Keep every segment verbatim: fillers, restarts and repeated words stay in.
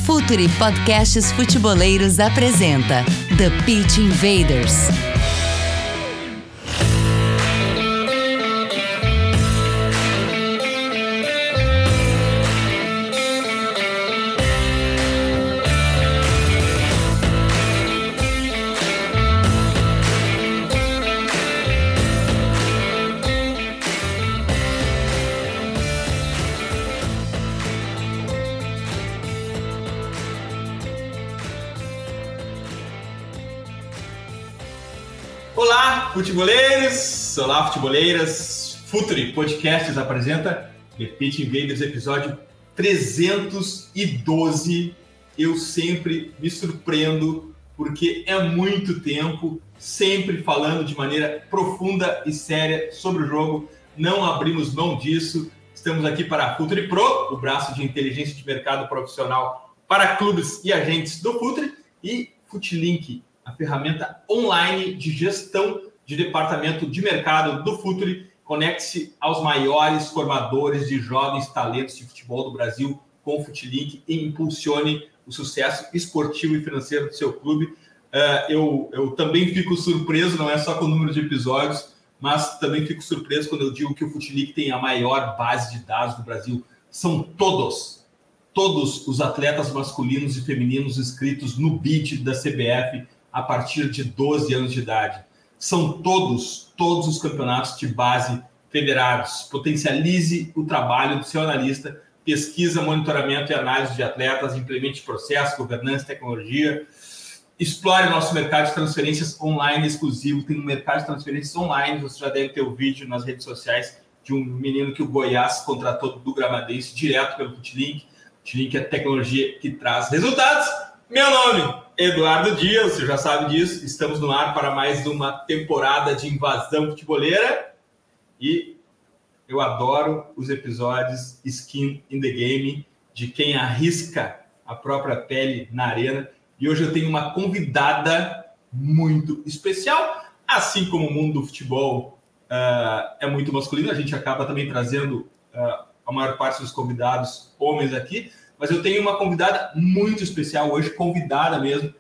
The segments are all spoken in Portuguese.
Futuri Podcasts Futeboleiros apresenta The Pitch Invaders. Olá, futeboleiros! Olá, futeboleiras! Futuri Podcasts apresenta The Pitch Invaders, episódio trezentos e doze. Eu sempre me surpreendo, porque é muito tempo, sempre falando de maneira profunda e séria sobre o jogo. Não abrimos mão disso. Estamos aqui para a Futuri Pro, o braço de inteligência de mercado profissional para clubes e agentes do Futuri, e Futilink, a ferramenta online de gestão de departamento de mercado do Futuri. Conecte-se aos maiores formadores de jovens talentos de futebol do Brasil com o Futilink e impulsione o sucesso esportivo e financeiro do seu clube. Uh, eu, eu também fico surpreso, não é só com o número de episódios, mas também fico surpreso quando eu digo que o Futilink tem a maior base de dados do Brasil. São todos, todos os atletas masculinos e femininos inscritos no B I D da C B F a partir de doze anos de idade. São todos, todos os campeonatos de base federados. Potencialize o trabalho do seu analista, pesquisa, monitoramento e análise de atletas, implemente processo, governança, tecnologia. Explore nosso mercado de transferências online exclusivo. Tem um mercado de transferências online, você já deve ter o vídeo nas redes sociais de um menino que o Goiás contratou do Gramadense direto pelo Futilink. Futilink é a tecnologia que traz resultados. Meu nome, Eduardo Dias, você já sabe disso. Estamos no ar para mais uma temporada de invasão futeboleira. E eu adoro os episódios Skin in the Game, de quem arrisca a própria pele na arena. E hoje eu tenho uma convidada muito especial. Assim como o mundo do futebol uh, é muito masculino, a gente acaba também trazendo uh, a maior parte dos convidados homens aqui. Mas eu tenho uma convidada muito especial hoje, convidada mesmo.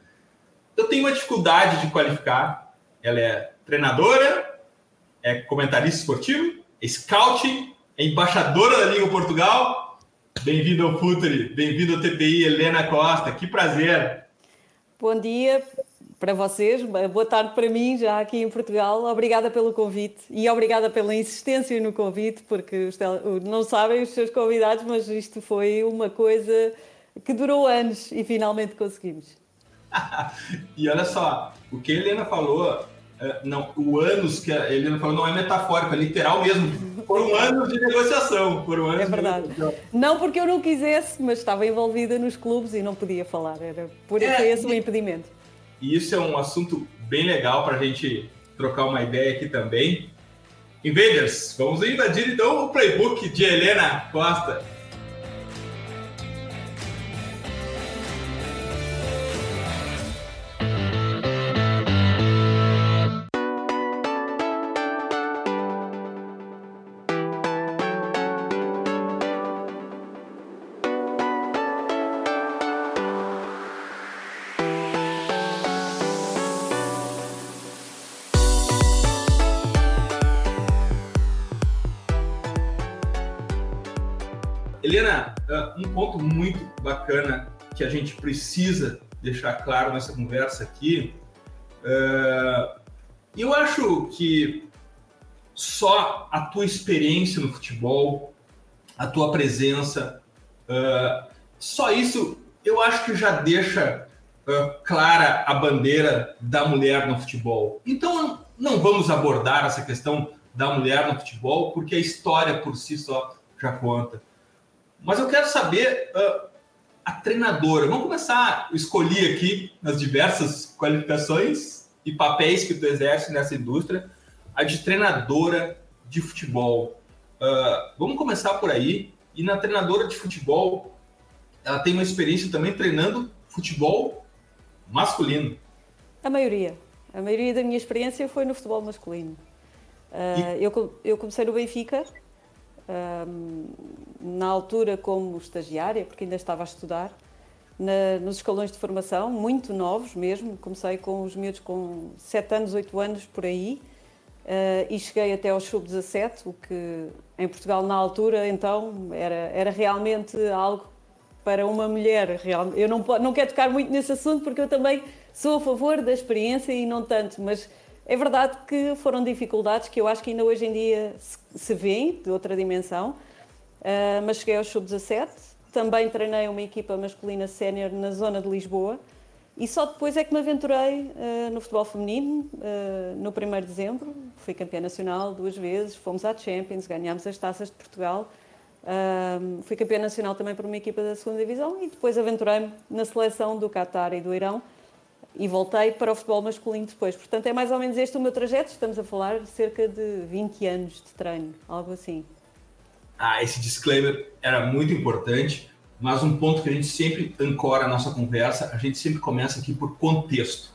Eu tenho uma dificuldade de qualificar. Ela é treinadora, é comentarista esportivo, é scouting, é embaixadora da Liga Portugal. Bem-vindo ao Futuri, bem-vindo ao T P I, Helena Costa. Que prazer! Bom dia para vocês, boa tarde para mim, já aqui em Portugal. Obrigada pelo convite e obrigada pela insistência no convite, porque não sabem os seus convidados, mas isto foi uma coisa que durou anos e finalmente conseguimos. E olha só, o que a Helena falou, não, o anos que a Helena falou não é metafórico, é literal mesmo. Foram anos de negociação. Foram anos é verdade. De negociação. Não porque eu não quisesse, mas estava envolvida nos clubes e não podia falar. Era por isso é, esse o impedimento. E isso é um assunto bem legal para a gente trocar uma ideia aqui também. Invaders, vamos invadir então o playbook de Helena Costa. Helena, um ponto muito bacana que a gente precisa deixar claro nessa conversa aqui, eu acho que só a tua experiência no futebol, a tua presença, só isso eu acho que já deixa clara a bandeira da mulher no futebol. Então não vamos abordar essa questão da mulher no futebol, porque a história por si só já conta. Mas eu quero saber, uh, a treinadora, vamos começar a escolher aqui nas diversas qualificações e papéis que tu exerce nessa indústria, a de treinadora de futebol. Uh, vamos começar por aí. E na treinadora de futebol, ela tem uma experiência também treinando futebol masculino. A maioria. A maioria da minha experiência foi no futebol masculino. Uh, e... eu, eu comecei no Benfica, um, na altura como estagiária, porque ainda estava a estudar, na, nos escalões de formação, muito novos mesmo. Comecei com os miúdos com sete anos, oito anos, por aí, uh, e cheguei até aos sub dezassete, o que em Portugal na altura, então, era, era realmente algo para uma mulher. Real. Eu não, não quero tocar muito nesse assunto, porque eu também sou a favor da experiência e não tanto, mas é verdade que foram dificuldades que eu acho que ainda hoje em dia se, se vêem, de outra dimensão, uh, mas cheguei aos sub dezassete. Também treinei uma equipa masculina sénior na zona de Lisboa e só depois é que me aventurei uh, no futebol feminino, uh, no primeiro de dezembro. Fui campeã nacional duas vezes, fomos à Champions, ganhámos as taças de Portugal. Uh, fui campeã nacional também por uma equipa da segunda divisão e depois aventurei-me na seleção do Qatar e do Irão e voltei para o futebol masculino depois. Portanto, é mais ou menos este o meu trajeto. Estamos a falar de cerca de vinte anos de treino, algo assim. Ah, esse disclaimer era muito importante, mas um ponto que a gente sempre ancora a nossa conversa, a gente sempre começa aqui por contexto.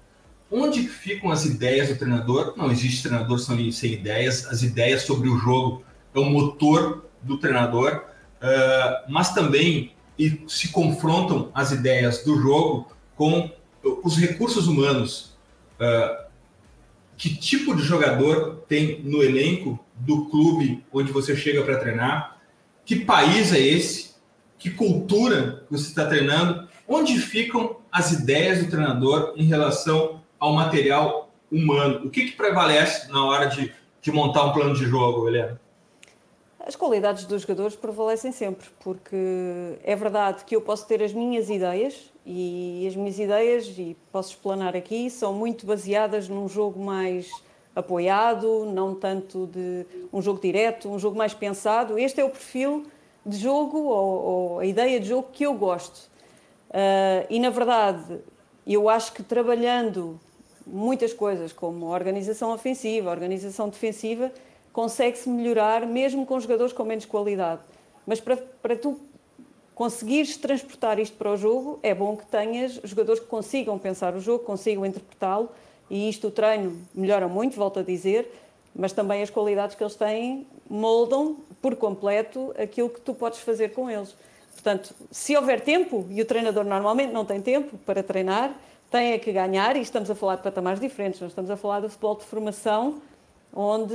Onde ficam as ideias do treinador? Não existe treinador sem ideias, as ideias sobre o jogo é o motor do treinador, uh, mas também e se confrontam as ideias do jogo com os recursos humanos. Uh, que tipo de jogador tem no elenco do clube onde você chega para treinar? Que país é esse? Que cultura você está treinando? Onde ficam as ideias do treinador em relação ao material humano? O que, que prevalece na hora de, de montar um plano de jogo, Helena? As qualidades dos jogadores prevalecem sempre, porque é verdade que eu posso ter as minhas ideias, e as minhas ideias, e posso explanar aqui, são muito baseadas num jogo mais apoiado, não tanto de um jogo direto, um jogo mais pensado. Este é o perfil de jogo, ou, ou a ideia de jogo que eu gosto. Uh, e, na verdade, eu acho que trabalhando muitas coisas, como a organização ofensiva, a organização defensiva, consegue-se melhorar mesmo com jogadores com menos qualidade. Mas para, para tu conseguires transportar isto para o jogo, é bom que tenhas jogadores que consigam pensar o jogo, consigam interpretá-lo, e isto o treino melhora muito, volto a dizer, mas também as qualidades que eles têm moldam por completo aquilo que tu podes fazer com eles. Portanto, se houver tempo, e o treinador normalmente não tem tempo para treinar, tem é que ganhar, e estamos a falar de patamares diferentes, nós estamos a falar do futebol de formação, onde,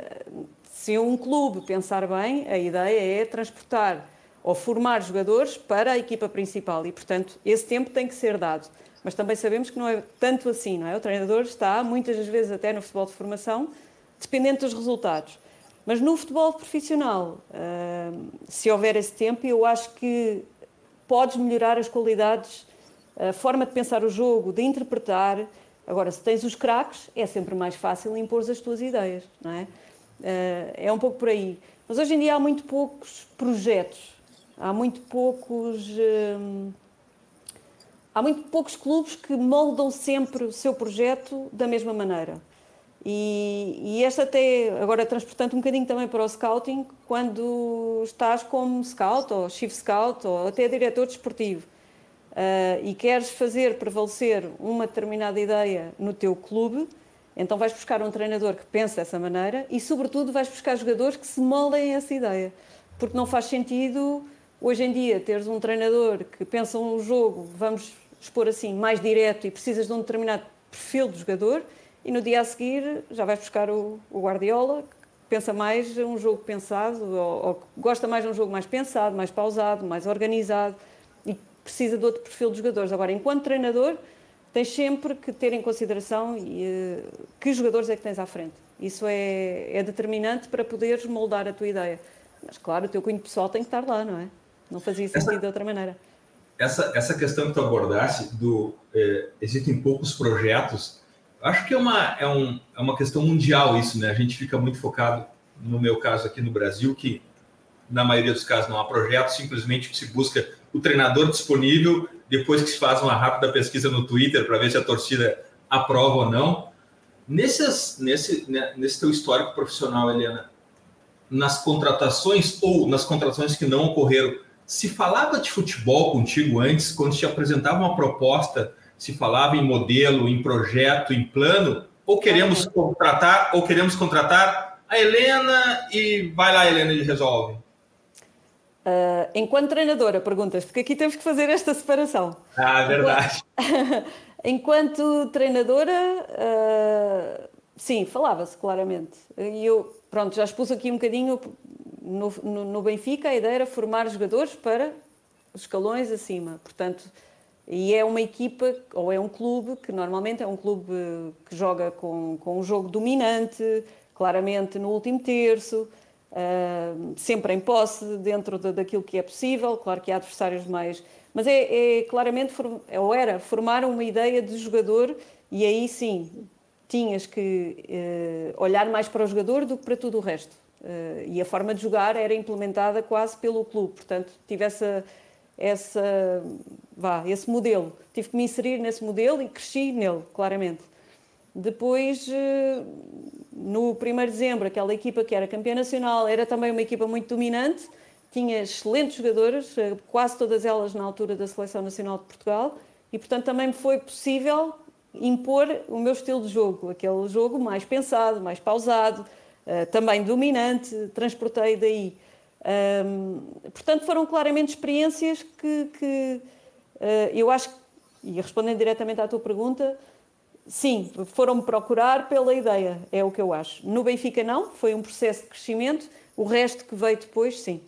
se um clube pensar bem, a ideia é transportar ou formar jogadores para a equipa principal e, portanto, esse tempo tem que ser dado. Mas também sabemos que não é tanto assim, não é? O treinador está, muitas das vezes, até no futebol de formação, dependente dos resultados. Mas no futebol profissional, se houver esse tempo, eu acho que podes melhorar as qualidades, a forma de pensar o jogo, de interpretar. Agora, se tens os craques, é sempre mais fácil impor as tuas ideias, não é? É um pouco por aí. Mas hoje em dia há muito poucos projetos, há muito poucos, hum, há muito poucos clubes que moldam sempre o seu projeto da mesma maneira. E, e esta até, agora transportando um bocadinho também para o scouting, quando estás como scout, ou chief scout, ou até diretor desportivo, Uh, e queres fazer prevalecer uma determinada ideia no teu clube, então vais buscar um treinador que pense dessa maneira e, sobretudo, vais buscar jogadores que se moldem a essa ideia. Porque não faz sentido, hoje em dia, teres um treinador que pensa um jogo, vamos expor assim, mais direto e precisas de um determinado perfil de jogador e no dia a seguir já vais buscar o, o Guardiola, que pensa mais um jogo pensado ou, ou gosta mais de um jogo mais pensado, mais pausado, mais organizado, precisa de outro perfil de jogadores. Agora, enquanto treinador, tens sempre que ter em consideração e, uh, que jogadores é que tens à frente. Isso é, é determinante para poderes moldar a tua ideia. Mas, claro, o teu cunho pessoal tem que estar lá, não é? Não fazia sentido essa, de outra maneira. Essa, essa questão que tu abordaste, do, é, existem poucos projetos, acho que é uma, é, um, é uma questão mundial isso, né? A gente fica muito focado, no meu caso aqui no Brasil, que na maioria dos casos não há projeto, simplesmente se busca o treinador disponível, depois que se faz uma rápida pesquisa no Twitter para ver se a torcida aprova ou não. Nesses, nesse, né, nesse teu histórico profissional, Helena, nas contratações ou nas contratações que não ocorreram, se falava de futebol contigo antes, quando te apresentava uma proposta, se falava em modelo, em projeto, em plano, ou queremos contratar, ou queremos contratar a Helena e vai lá, Helena, e resolve? Uh, enquanto treinadora, perguntas, porque aqui temos que fazer esta separação. Ah, verdade. Enquanto, enquanto treinadora, uh, sim, falava-se claramente. E eu, pronto, já expus aqui um bocadinho no, no, no Benfica, a ideia era formar jogadores para os escalões acima. Portanto, e é uma equipa, ou é um clube, que normalmente é um clube que joga com, com um jogo dominante, claramente no último terço, Uh, sempre em posse, dentro de, daquilo que é possível. Claro que há adversários mais... Mas é, é claramente, ou era, formar uma ideia de jogador, e aí sim, tinhas que uh, olhar mais para o jogador do que para tudo o resto. Uh, e a forma de jogar era implementada quase pelo clube. Portanto, tive essa, essa, vá, esse modelo. Tive que me inserir nesse modelo e cresci nele, claramente. Depois, no primeiro de dezembro, aquela equipa que era campeã nacional era também uma equipa muito dominante, tinha excelentes jogadoras, quase todas elas na altura da Seleção Nacional de Portugal, e portanto também me foi possível impor o meu estilo de jogo, aquele jogo mais pensado, mais pausado, também dominante, transportei daí. Portanto, foram claramente experiências que, que eu acho, e respondendo diretamente à tua pergunta, sim, foram-me procurar pela ideia, é o que eu acho. No Benfica não, foi um processo de crescimento, o resto que veio depois, sim.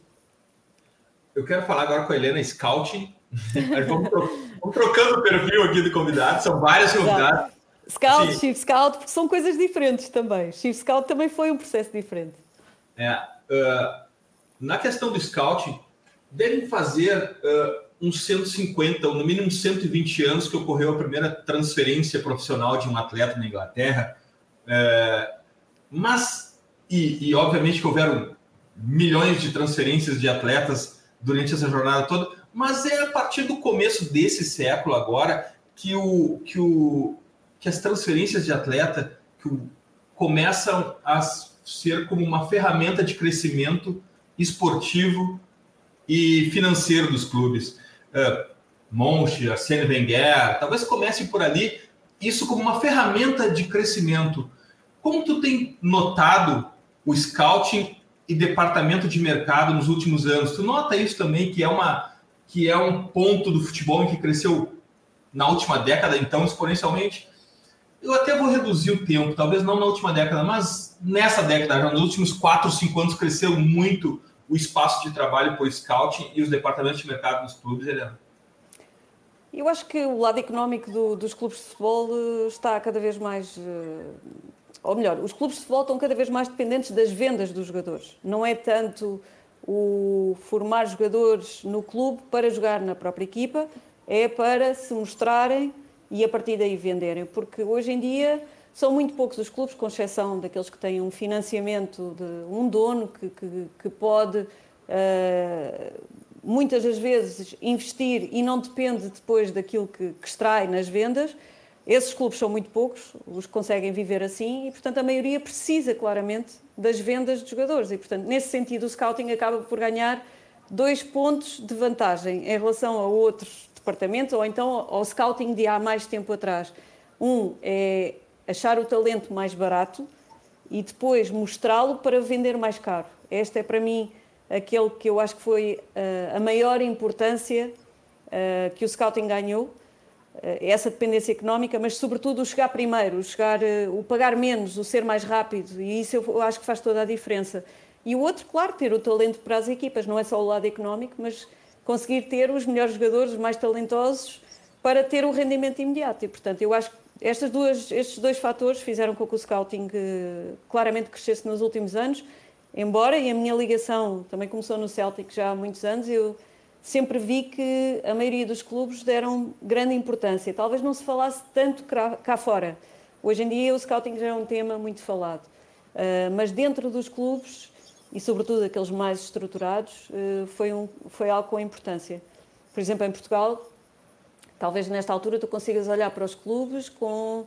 Eu quero falar agora com a Helena Scouting. vamos, vamos trocando o perfil aqui do convidado, são vários convidados. Scout, Chief Scout, porque são coisas diferentes também. Chief Scout também foi um processo diferente. É, uh, na questão do Scouting, devem fazer... Uh, uns cento e cinquenta, ou no mínimo cento e vinte anos que ocorreu a primeira transferência profissional de um atleta na Inglaterra. É, mas, e, e obviamente que houveram milhões de transferências de atletas durante essa jornada toda, mas é a partir do começo desse século agora que, o, que, o, que as transferências de atleta que o, começam a ser como uma ferramenta de crescimento esportivo e financeiro dos clubes. Uh, Monchi, Arsène Wenger, talvez comece por ali, isso como uma ferramenta de crescimento. Como tu tem notado o scouting e departamento de mercado nos últimos anos? Tu nota isso também, que é, uma, que é um ponto do futebol em que cresceu na última década, então, exponencialmente? Eu até vou reduzir o tempo, talvez não na última década, mas nessa década, já nos últimos quatro, cinco anos, cresceu muito o espaço de trabalho por scouting e os departamentos de mercado dos clubes, Helena? Eu acho que o lado económico do, dos clubes de futebol está cada vez mais... Ou melhor, os clubes de futebol estão cada vez mais dependentes das vendas dos jogadores. Não é tanto o formar jogadores no clube para jogar na própria equipa, é para se mostrarem e a partir daí venderem. Porque hoje em dia são muito poucos os clubes, com exceção daqueles que têm um financiamento de um dono que, que, que pode, uh, muitas das vezes, investir e não depende depois daquilo que, que extrai nas vendas. Esses clubes são muito poucos, os que conseguem viver assim, e, portanto, a maioria precisa, claramente, das vendas de jogadores. E, portanto, nesse sentido, o scouting acaba por ganhar dois pontos de vantagem em relação a outros departamentos, ou então ao scouting de há mais tempo atrás. Um é achar o talento mais barato e depois mostrá-lo para vender mais caro. Este é, para mim, aquele que eu acho que foi uh, a maior importância uh, que o scouting ganhou, uh, essa dependência económica, mas sobretudo o chegar primeiro, o, chegar, uh, o pagar menos, o ser mais rápido, e isso eu, eu acho que faz toda a diferença. E o outro, claro, ter o talento para as equipas, não é só o lado económico, mas conseguir ter os melhores jogadores, os mais talentosos, para ter o rendimento imediato. E, portanto, eu acho que estas duas, estes dois fatores fizeram com que o scouting uh, claramente crescesse nos últimos anos, embora, e a minha ligação também começou no Celtic já há muitos anos, eu sempre vi que a maioria dos clubes deram grande importância. Talvez não se falasse tanto cá fora. Hoje em dia o scouting já é um tema muito falado. Uh, mas dentro dos clubes, e sobretudo aqueles mais estruturados, uh, foi, um, foi algo com importância. Por exemplo, em Portugal, talvez nesta altura tu consigas olhar para os clubes com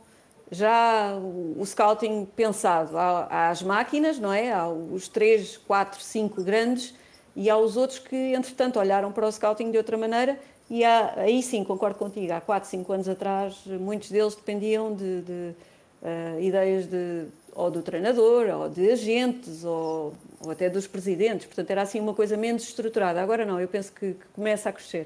já o, o scouting pensado. Há, há as máquinas, não é? Há os três, quatro, cinco grandes, e há os outros que, entretanto, olharam para o scouting de outra maneira, e há, aí sim, concordo contigo, há quatro, cinco anos atrás, muitos deles dependiam de, de uh, ideias de, ou do treinador, ou de agentes, ou, ou até dos presidentes. Portanto, era assim uma coisa menos estruturada. Agora não, eu penso que, que começa a crescer.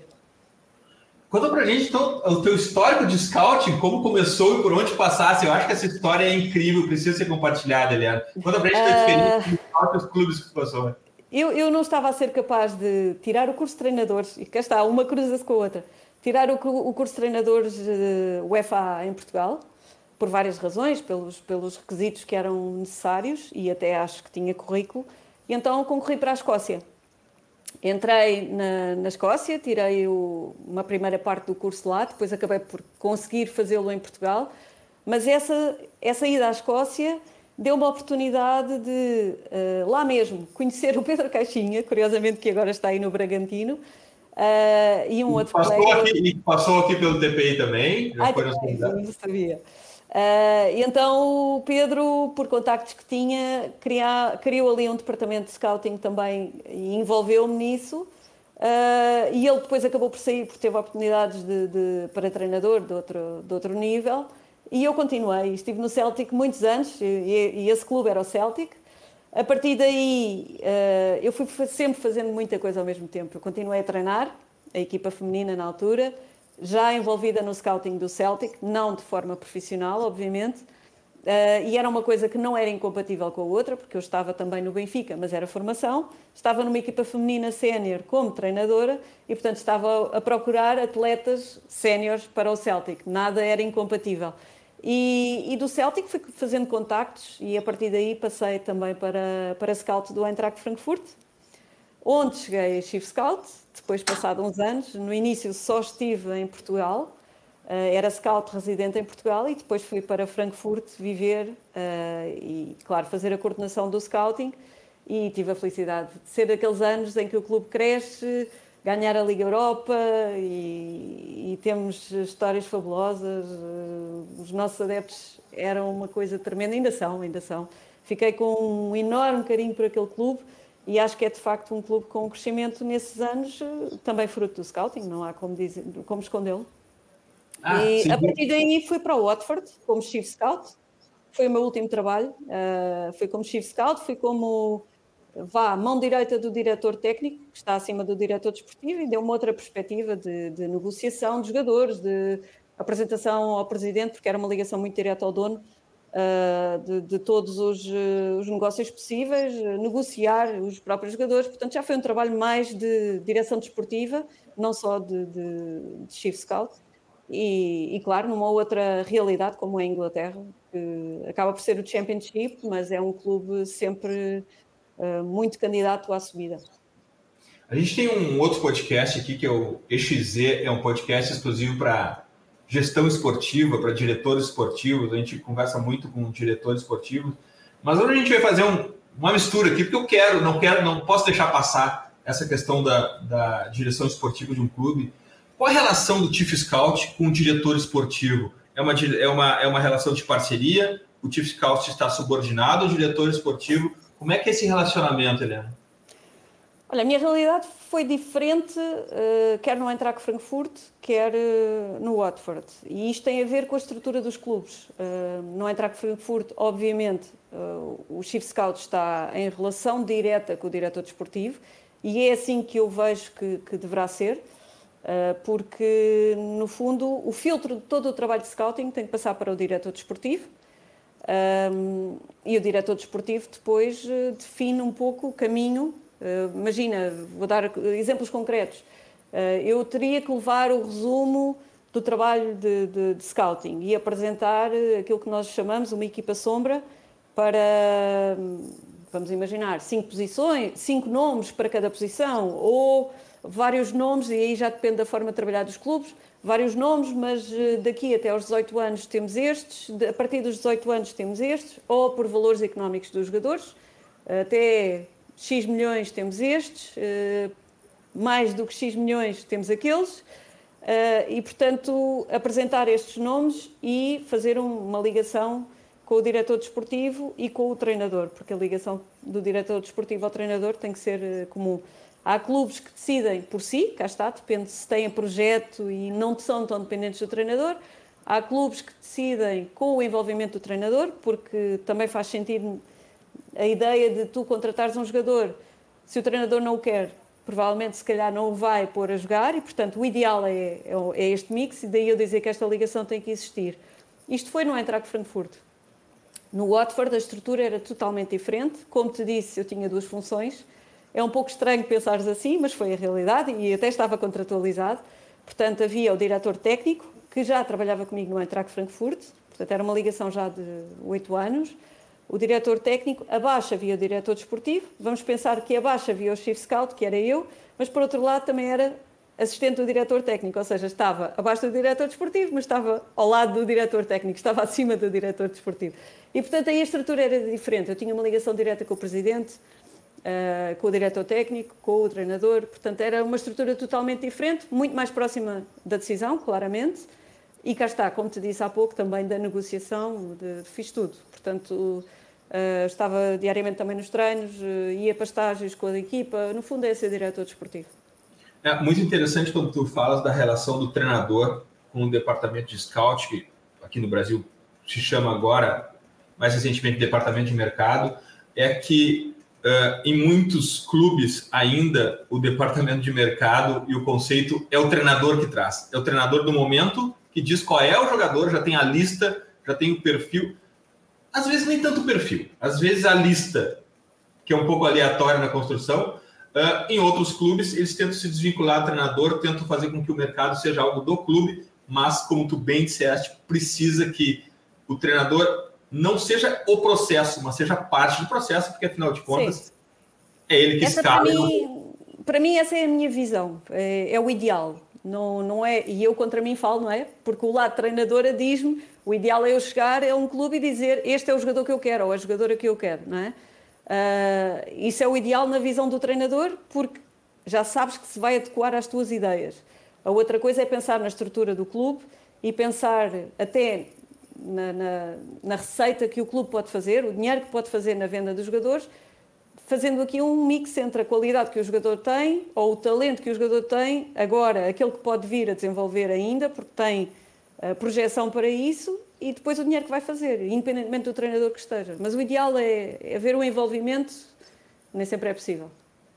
Conta pra gente, então, o teu histórico de scouting, como começou e por onde passasse. Eu acho que essa história é incrível, precisa ser compartilhada, Eliana. Conta pra gente a diferença uh... dos clubes que tu passou. Eu, eu não estava a ser capaz de tirar o curso de treinadores, e cá está, uma cruza-se com a outra, tirar o, o curso de treinadores uh, U E F A em Portugal, por várias razões, pelos, pelos requisitos que eram necessários, e até acho que tinha currículo, e então concorri para a Escócia. Entrei na, na Escócia, tirei o, uma primeira parte do curso lá, depois acabei por conseguir fazê-lo em Portugal, mas essa, essa ida à Escócia deu-me a oportunidade de, uh, lá mesmo, conhecer o Pedro Caixinha, curiosamente que agora está aí no Bragantino, uh, e um e outro passou colega... Aqui, e passou aqui pelo T P I também? Já ah, foi também, não sabia. Uh, e então o Pedro, por contactos que tinha, cria, criou ali um departamento de scouting também e envolveu-me nisso. Uh, e ele depois acabou por sair, porque teve oportunidades de, de, para treinador de outro, de outro nível. E eu continuei, estive no Celtic muitos anos, e, e esse clube era o Celtic. A partir daí, uh, eu fui sempre fazendo muita coisa ao mesmo tempo. Eu continuei a treinar, a equipa feminina na altura, já envolvida no scouting do Celtic, não de forma profissional, obviamente, uh, e era uma coisa que não era incompatível com a outra, porque eu estava também no Benfica, mas era formação, estava numa equipa feminina sénior como treinadora e, portanto, estava a procurar atletas séniores para o Celtic, nada era incompatível. E, e do Celtic fui fazendo contactos e a partir daí passei também para, para scout do Eintracht Frankfurt, onde cheguei a Chief Scout, depois passado uns anos. No início só estive em Portugal, era scout residente em Portugal e depois fui para Frankfurt viver e, claro, fazer a coordenação do scouting e tive a felicidade de ser daqueles anos em que o clube cresce, ganhar a Liga Europa e, e temos histórias fabulosas. Os nossos adeptos eram uma coisa tremenda, ainda são, ainda são. Fiquei com um enorme carinho por aquele clube e acho que é de facto um clube com um crescimento nesses anos, também fruto do scouting, não há como, dizer, como escondê-lo. Ah, e sim. A partir daí fui para o Watford como Chief Scout, foi o meu último trabalho, uh, fui como Chief Scout, fui como vá, mão direita do diretor técnico, que está acima do diretor desportivo, e deu uma outra perspectiva de, de negociação de jogadores, de apresentação ao presidente, porque era uma ligação muito direta ao dono, uh, de, de todos os, uh, os negócios possíveis, uh, negociar os próprios jogadores. Portanto, já foi um trabalho mais de direção desportiva, não só de, de, de Chief Scout, e, e, claro, numa outra realidade, como é a Inglaterra, que acaba por ser o Championship, mas é um clube sempre... Uh, muito candidato à subida. A gente tem um outro podcast aqui que é o E X Z, é um podcast exclusivo para gestão esportiva, para diretores esportivos. A gente conversa muito com diretores esportivos, mas hoje a gente vai fazer um, uma mistura aqui, porque eu quero, não quero, não posso deixar passar essa questão da, da direção esportiva de um clube. Qual a relação do Chief Scout com o diretor esportivo? É uma, é uma, é uma relação de parceria? O Chief Scout está subordinado ao diretor esportivo? Como é que é esse relacionamento, Eliana? Olha, a minha realidade foi diferente, uh, quer no Eintracht Frankfurt, quer uh, no Watford. E isto tem a ver com a estrutura dos clubes. Uh, no Eintracht Frankfurt, obviamente, uh, o Chief Scout está em relação direta com o diretor desportivo e é assim que eu vejo que, que deverá ser, uh, porque, no fundo, o filtro de todo o trabalho de scouting tem que passar para o diretor desportivo. Um, e o diretor desportivo depois uh, define um pouco o caminho. Uh, imagina, vou dar exemplos concretos. Uh, eu teria que levar o resumo do trabalho de, de, de scouting e apresentar aquilo que nós chamamos uma equipa sombra para, vamos imaginar, cinco posições, cinco nomes para cada posição ou vários nomes, e aí já depende da forma de trabalhar dos clubes. Vários nomes, mas daqui até aos dezoito anos temos estes, a partir dos dezoito anos temos estes, ou por valores económicos dos jogadores, até X milhões temos estes, mais do que X milhões temos aqueles, e portanto apresentar estes nomes e fazer uma ligação com o diretor desportivo e com o treinador, porque a ligação do diretor desportivo ao treinador tem que ser comum. Há clubes que decidem por si, cá está, depende se têm projeto e não são tão dependentes do treinador. Há clubes que decidem com o envolvimento do treinador, porque também faz sentido a ideia de tu contratares um jogador, se o treinador não o quer, provavelmente se calhar não o vai pôr a jogar e, portanto, o ideal é, é, é este mix e daí eu dizer que esta ligação tem que existir. Isto foi no Eintracht Frankfurt. No Watford a estrutura era totalmente diferente. Como te disse, eu tinha duas funções. É um pouco estranho pensares assim, mas foi a realidade e até estava contratualizado. Portanto, havia o diretor técnico, que já trabalhava comigo no Eintracht Frankfurt, portanto era uma ligação já de oito anos. O diretor técnico, abaixo havia o diretor desportivo, vamos pensar que abaixo havia o chief scout, que era eu, mas por outro lado também era assistente do diretor técnico, ou seja, estava abaixo do diretor desportivo, mas estava ao lado do diretor técnico, estava acima do diretor desportivo. E portanto aí a estrutura era diferente, eu tinha uma ligação direta com o presidente, uh, com o diretor técnico, com o treinador, portanto era uma estrutura totalmente diferente, muito mais próxima da decisão, claramente. E cá está, como te disse há pouco, também da negociação, de, fiz tudo. Portanto, uh, estava diariamente também nos treinos, uh, ia para estágios com a equipa, no fundo é ser diretor desportivo. É muito interessante quando tu falas da relação do treinador com o departamento de scout, que aqui no Brasil se chama agora, mais recentemente, departamento de mercado, é que uh, em muitos clubes ainda o departamento de mercado e o conceito é o treinador que traz, é o treinador do momento, que diz qual é o jogador, já tem a lista, já tem o perfil. Às vezes nem tanto o perfil, às vezes a lista, que é um pouco aleatória na construção. Uh, em outros clubes, eles tentam se desvincular do treinador, tentam fazer com que o mercado seja algo do clube, mas, como tu bem disseste, precisa que o treinador não seja o processo, mas seja parte do processo, porque, afinal de contas, sim, é ele que essa escala. Para mim, para mim, essa é a minha visão, é, é o ideal. Não, não é, e eu contra mim falo, não é? Porque o lado treinadora diz-me, o ideal é eu chegar a um clube e dizer este é o jogador que eu quero, ou a jogadora que eu quero, não é? Uh, isso é o ideal na visão do treinador, porque já sabes que se vai adequar às tuas ideias. A outra coisa é pensar na estrutura do clube e pensar até na, na, na receita que o clube pode fazer, o dinheiro que pode fazer na venda dos jogadores, fazendo aqui um mix entre a qualidade que o jogador tem ou o talento que o jogador tem, agora aquele que pode vir a desenvolver ainda, porque tem a projeção para isso, e depois o dinheiro que vai fazer, independentemente do treinador que esteja. Mas o ideal é, é haver um envolvimento, nem sempre é possível.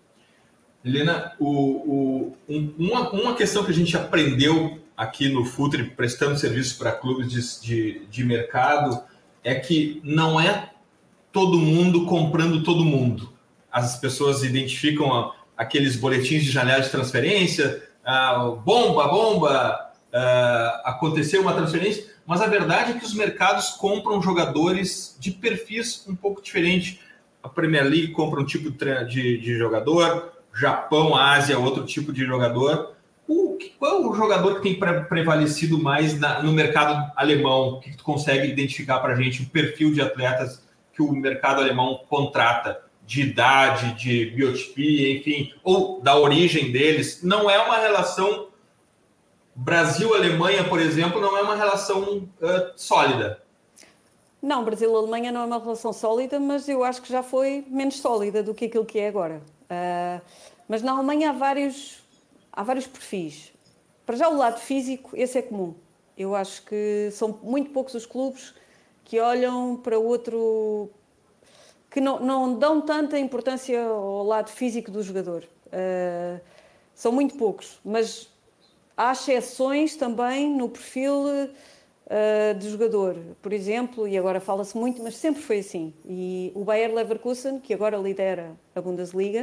Helena, o, o, um, uma, uma questão que a gente aprendeu aqui no Futre, prestando serviço para clubes de, de, de mercado, é que não é todo mundo comprando todo mundo. As pessoas identificam aqueles boletins de janela de transferência, ah, bomba, bomba, ah, aconteceu uma transferência, mas a verdade é que os mercados compram jogadores de perfis um pouco diferentes. A Premier League compra um tipo de, de jogador, Japão, Ásia, outro tipo de jogador. O, qual é o jogador que tem pre- prevalecido mais na, no mercado alemão? O que tu consegue identificar para a gente o perfil de atletas que o mercado alemão contrata, de idade, de biotipia, enfim, ou da origem deles? Não é uma relação Brasil-Alemanha, por exemplo, não é uma relação uh, sólida. Não, Brasil-Alemanha não é uma relação sólida, mas eu acho que já foi menos sólida do que aquilo que é agora. Uh, mas na Alemanha há vários, há vários perfis. Para já o lado físico, esse é comum. Eu acho que são muito poucos os clubes que olham para outro, que não, não dão tanta importância ao lado físico do jogador. Uh, são muito poucos, mas há exceções também no perfil uh, de jogador. Por exemplo, e agora fala-se muito, mas sempre foi assim. E o Bayer Leverkusen, que agora lidera a Bundesliga,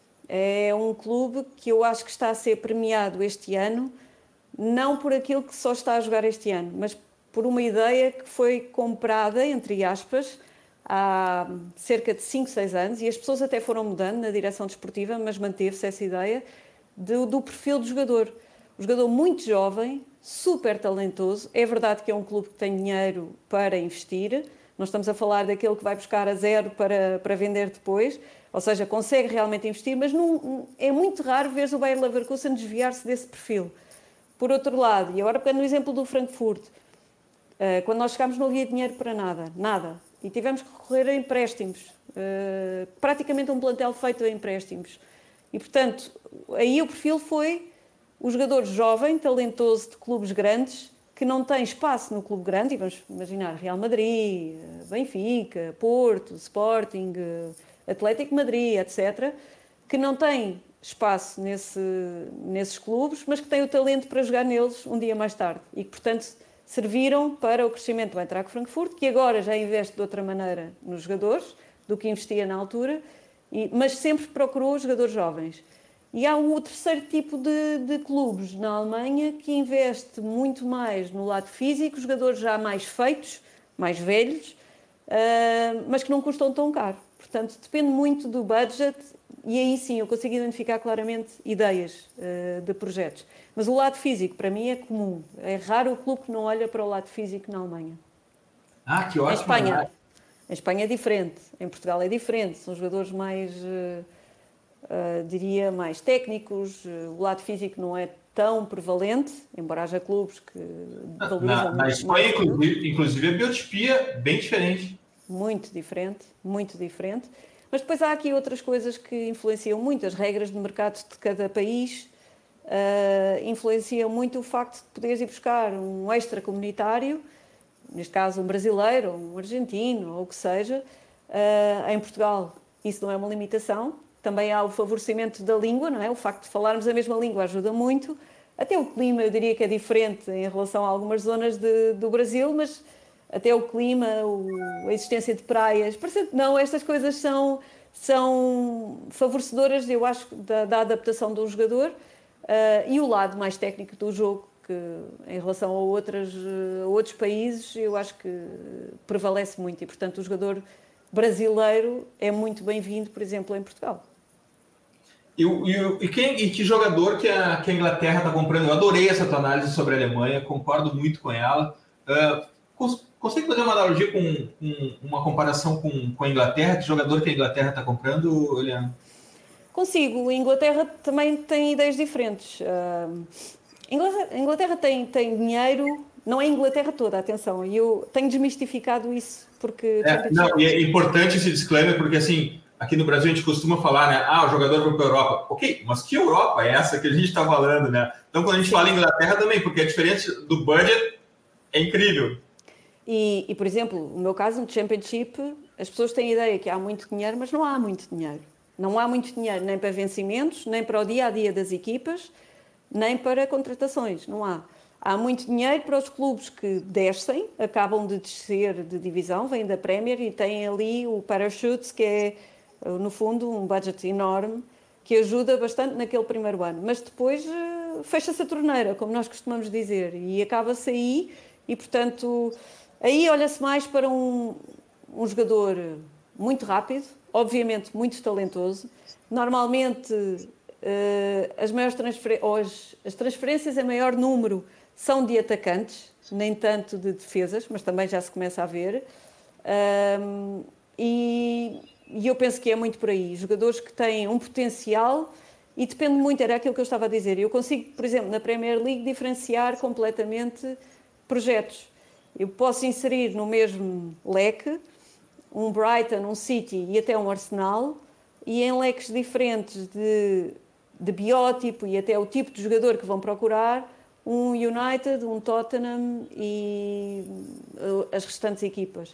é um clube que eu acho que está a ser premiado este ano, não por aquilo que só está a jogar este ano, mas por uma ideia que foi comprada, entre aspas, há cerca de cinco, seis anos, e as pessoas até foram mudando na direção desportiva, mas manteve-se essa ideia do, do perfil do jogador. Um jogador muito jovem, super talentoso. É verdade que é um clube que tem dinheiro para investir. Não estamos a falar daquele que vai buscar a zero para, para vender depois. Ou seja, consegue realmente investir, mas não, é muito raro ver o Bayer Leverkusen desviar-se desse perfil. Por outro lado, e agora pegando no exemplo do Frankfurt, quando nós chegámos não havia dinheiro para nada, nada. E tivemos que recorrer a empréstimos. Praticamente um plantel feito a empréstimos. E, portanto, aí o perfil foi o jogador jovem, talentoso de clubes grandes, que não tem espaço no clube grande, e vamos imaginar Real Madrid, Benfica, Porto, Sporting, Atlético Madrid, etcétera, que não tem espaço nesse, nesses clubes, mas que têm o talento para jogar neles um dia mais tarde e que, portanto, serviram para o crescimento do Eintracht Frankfurt, que agora já investe de outra maneira nos jogadores do que investia na altura, e, mas sempre procurou jogadores jovens. E há um terceiro tipo de, de clubes na Alemanha que investe muito mais no lado físico, jogadores já mais feitos, mais velhos, uh, mas que não custam tão caro. Portanto, depende muito do budget e aí sim eu consigo identificar claramente ideias uh, de projetos. Mas o lado físico, para mim, é comum. É raro o clube que não olha para o lado físico na Alemanha. Ah, que ótimo! Em Espanha, em Espanha é diferente, em Portugal é diferente. São jogadores mais... Uh, Uh, diria, mais técnicos, uh, o lado físico não é tão prevalente, embora haja clubes que valorizam na, muito. Na Espanha, inclusive, inclusive, a biotipia é bem diferente. Muito diferente, muito diferente. Mas depois há aqui outras coisas que influenciam muito. As regras de mercado de cada país uh, influenciam muito o facto de poderes ir buscar um extra-comunitário, neste caso um brasileiro, ou um argentino, ou o que seja. Uh, em Portugal isso não é uma limitação. Também há o favorecimento da língua, não é? O facto de falarmos a mesma língua ajuda muito. Até o clima, eu diria que é diferente em relação a algumas zonas de, do Brasil, mas até o clima, o, a existência de praias, parece que não, estas coisas são, são favorecedoras, eu acho, da, da adaptação do jogador uh, e o lado mais técnico do jogo, que em relação a, outras, a outros países, eu acho que prevalece muito e, portanto, o jogador brasileiro é muito bem-vindo, por exemplo, em Portugal. E, e, e, quem, e que jogador que a, que a Inglaterra está comprando? Eu adorei essa tua análise sobre a Alemanha, concordo muito com ela. Uh, cons, consegue fazer uma analogia com, com uma comparação com, com a Inglaterra? Que jogador que a Inglaterra está comprando, Eliana? Consigo. A Inglaterra também tem ideias diferentes. Uh, Inglaterra, a Inglaterra tem, tem dinheiro, não é a Inglaterra toda, atenção, e eu tenho desmistificado isso, porque... É, não, e é importante esse disclaimer, porque assim... Aqui no Brasil a gente costuma falar, né? Ah, o jogador vai para a Europa. Ok, mas que Europa é essa que a gente está falando, né? Então, quando a gente Sim. fala em Inglaterra também, porque a diferença do budget é incrível. E, e, por exemplo, no meu caso, no Championship, as pessoas têm a ideia que há muito dinheiro, mas não há muito dinheiro. Não há muito dinheiro nem para vencimentos, nem para o dia-a-dia das equipas, nem para contratações. Não há. Há muito dinheiro para os clubes que descem, acabam de descer de divisão, vêm da Premier e têm ali o Parachutes, que é... no fundo, um budget enorme que ajuda bastante naquele primeiro ano. Mas depois uh, fecha-se a torneira, como nós costumamos dizer, e acaba-se aí. E, portanto, aí olha-se mais para um, um jogador muito rápido, obviamente muito talentoso. Normalmente, uh, as, maiores transfer- as, as transferências em maior número são de atacantes, nem tanto de defesas, mas também já se começa a ver. Um, e... E eu penso que é muito por aí. Jogadores que têm um potencial e depende muito, era aquilo que eu estava a dizer. Eu consigo, por exemplo, na Premier League, diferenciar completamente projetos. Eu posso inserir no mesmo leque um Brighton, um City e até um Arsenal e em leques diferentes de, de biótipo e até o tipo de jogador que vão procurar, um United, um Tottenham e as restantes equipas.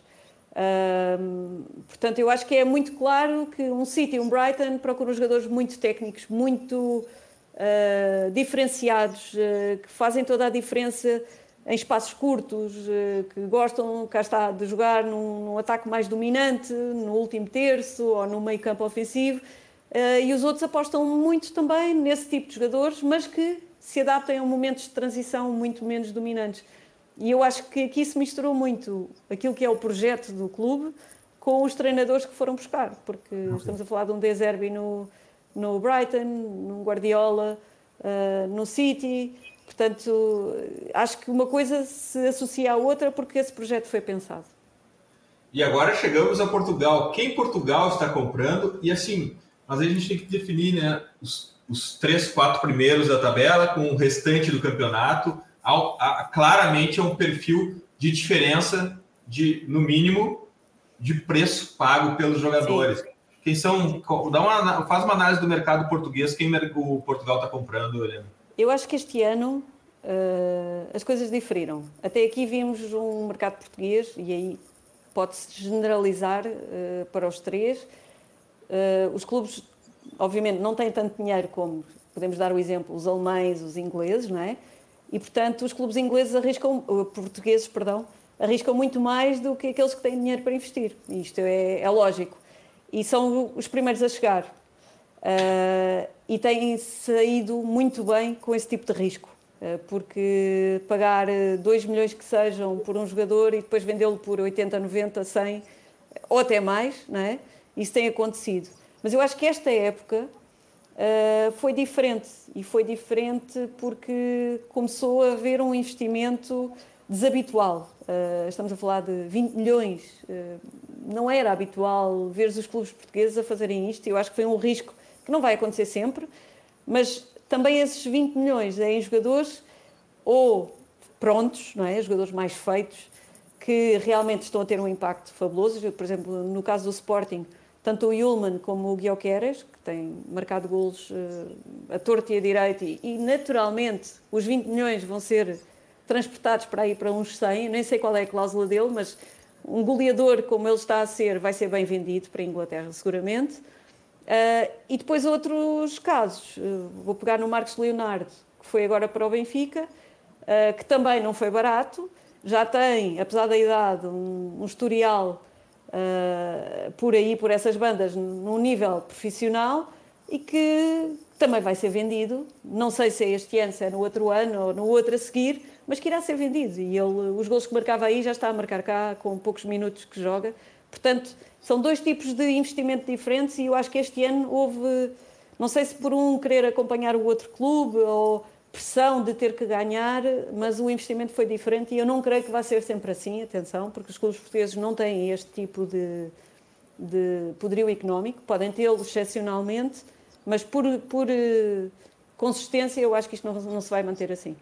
Um, portanto, eu acho que é muito claro que um City e um Brighton procuram jogadores muito técnicos, muito uh, diferenciados, uh, que fazem toda a diferença em espaços curtos, uh, que gostam, cá está, de jogar num, num ataque mais dominante, no último terço ou no meio campo ofensivo, uh, e os outros apostam muito também nesse tipo de jogadores, mas que se adaptem a momentos de transição muito menos dominantes. E eu acho que aqui se misturou muito aquilo que é o projeto do clube com os treinadores que foram buscar, porque okay. estamos a falar de um De Zerbi no, no Brighton, no Guardiola, uh, no City, portanto, acho que uma coisa se associa à outra porque esse projeto foi pensado. E agora chegamos a Portugal. Quem Portugal está comprando? E assim, mas a gente tem que definir, né, os, os três, quatro primeiros da tabela com o restante do campeonato. Há, há, claramente é um perfil de diferença, de, no mínimo, de preço pago pelos jogadores. Sim. Quem são, dá uma, faz uma análise do mercado português, quem o Portugal está comprando, Helena? Eu acho que este ano uh, as coisas diferiram. Até aqui vimos um mercado português, e aí pode-se generalizar uh, para os três. Uh, os clubes, obviamente, não têm tanto dinheiro como, podemos dar o exemplo, os alemães, os ingleses, não é? E, portanto, os clubes ingleses arriscam, uh, portugueses, perdão, arriscam muito mais do que aqueles que têm dinheiro para investir. Isto é, é lógico. E são os primeiros a chegar. Uh, e têm saído muito bem com esse tipo de risco. Uh, porque pagar dois milhões que sejam por um jogador e depois vendê-lo por oitenta, noventa, cem, ou até mais, não é? Isso tem acontecido. Mas eu acho que esta época uh, foi diferente. E foi diferente porque começou a haver um investimento desabitual. Uh, estamos a falar de vinte milhões. Uh, não era habitual ver os clubes portugueses a fazerem isto. Eu acho que foi um risco que não vai acontecer sempre, mas também esses vinte milhões em jogadores ou prontos, não é? Jogadores mais feitos, que realmente estão a ter um impacto fabuloso. Por exemplo, no caso do Sporting, tanto o Yulman como o Gyökeres, que têm marcado golos uh, a torto e a direito, e, e naturalmente os vinte milhões vão ser transportados para aí para uns cem, nem sei qual é a cláusula dele, mas um goleador como ele está a ser vai ser bem vendido para a Inglaterra, seguramente. Uh, e depois outros casos, uh, vou pegar no Marcos Leonardo, que foi agora para o Benfica, uh, que também não foi barato, já tem, apesar da idade, um, um historial uh, por aí, por essas bandas, num nível profissional, e que também vai ser vendido, não sei se é este ano, se é no outro ano ou no outro a seguir, mas que irá ser vendido, e ele, os gols que marcava aí já está a marcar cá, com poucos minutos que joga. Portanto, são dois tipos de investimento diferentes e eu acho que este ano houve, não sei se por um querer acompanhar o outro clube ou pressão de ter que ganhar, mas o investimento foi diferente e eu não creio que vai ser sempre assim, atenção, porque os clubes portugueses não têm este tipo de, de poderio económico, podem tê-lo excepcionalmente, mas por, por consistência eu acho que isto não, não se vai manter assim.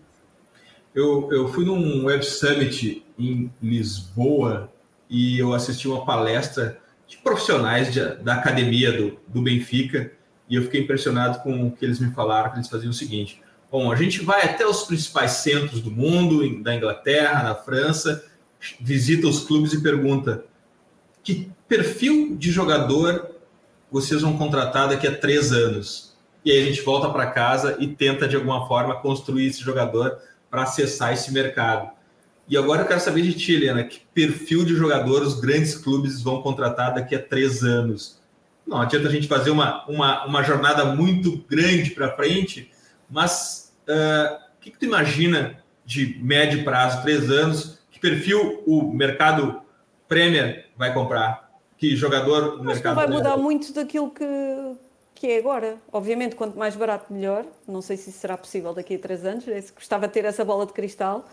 Eu, eu fui num Web Summit em Lisboa e eu assisti uma palestra de profissionais de, da academia do, do Benfica e eu fiquei impressionado com o que eles me falaram, que eles faziam o seguinte: bom, a gente vai até os principais centros do mundo, da Inglaterra, na França, visita os clubes e pergunta que perfil de jogador vocês vão contratar daqui a três anos. E aí a gente volta para casa e tenta, de alguma forma, construir esse jogador para acessar esse mercado. E agora eu quero saber de ti, Helena, que perfil de jogador os grandes clubes vão contratar daqui a três anos? Não adianta a gente fazer uma, uma, uma jornada muito grande para frente, mas o uh, que, que tu imagina de médio prazo, três anos, que perfil o mercado Premier vai comprar? Que jogador o mercado Acho que não vai mudar muito daquilo que, que é agora. Obviamente, quanto mais barato, melhor. Não sei se isso será possível daqui a três anos. Eu gostava de ter essa bola de cristal.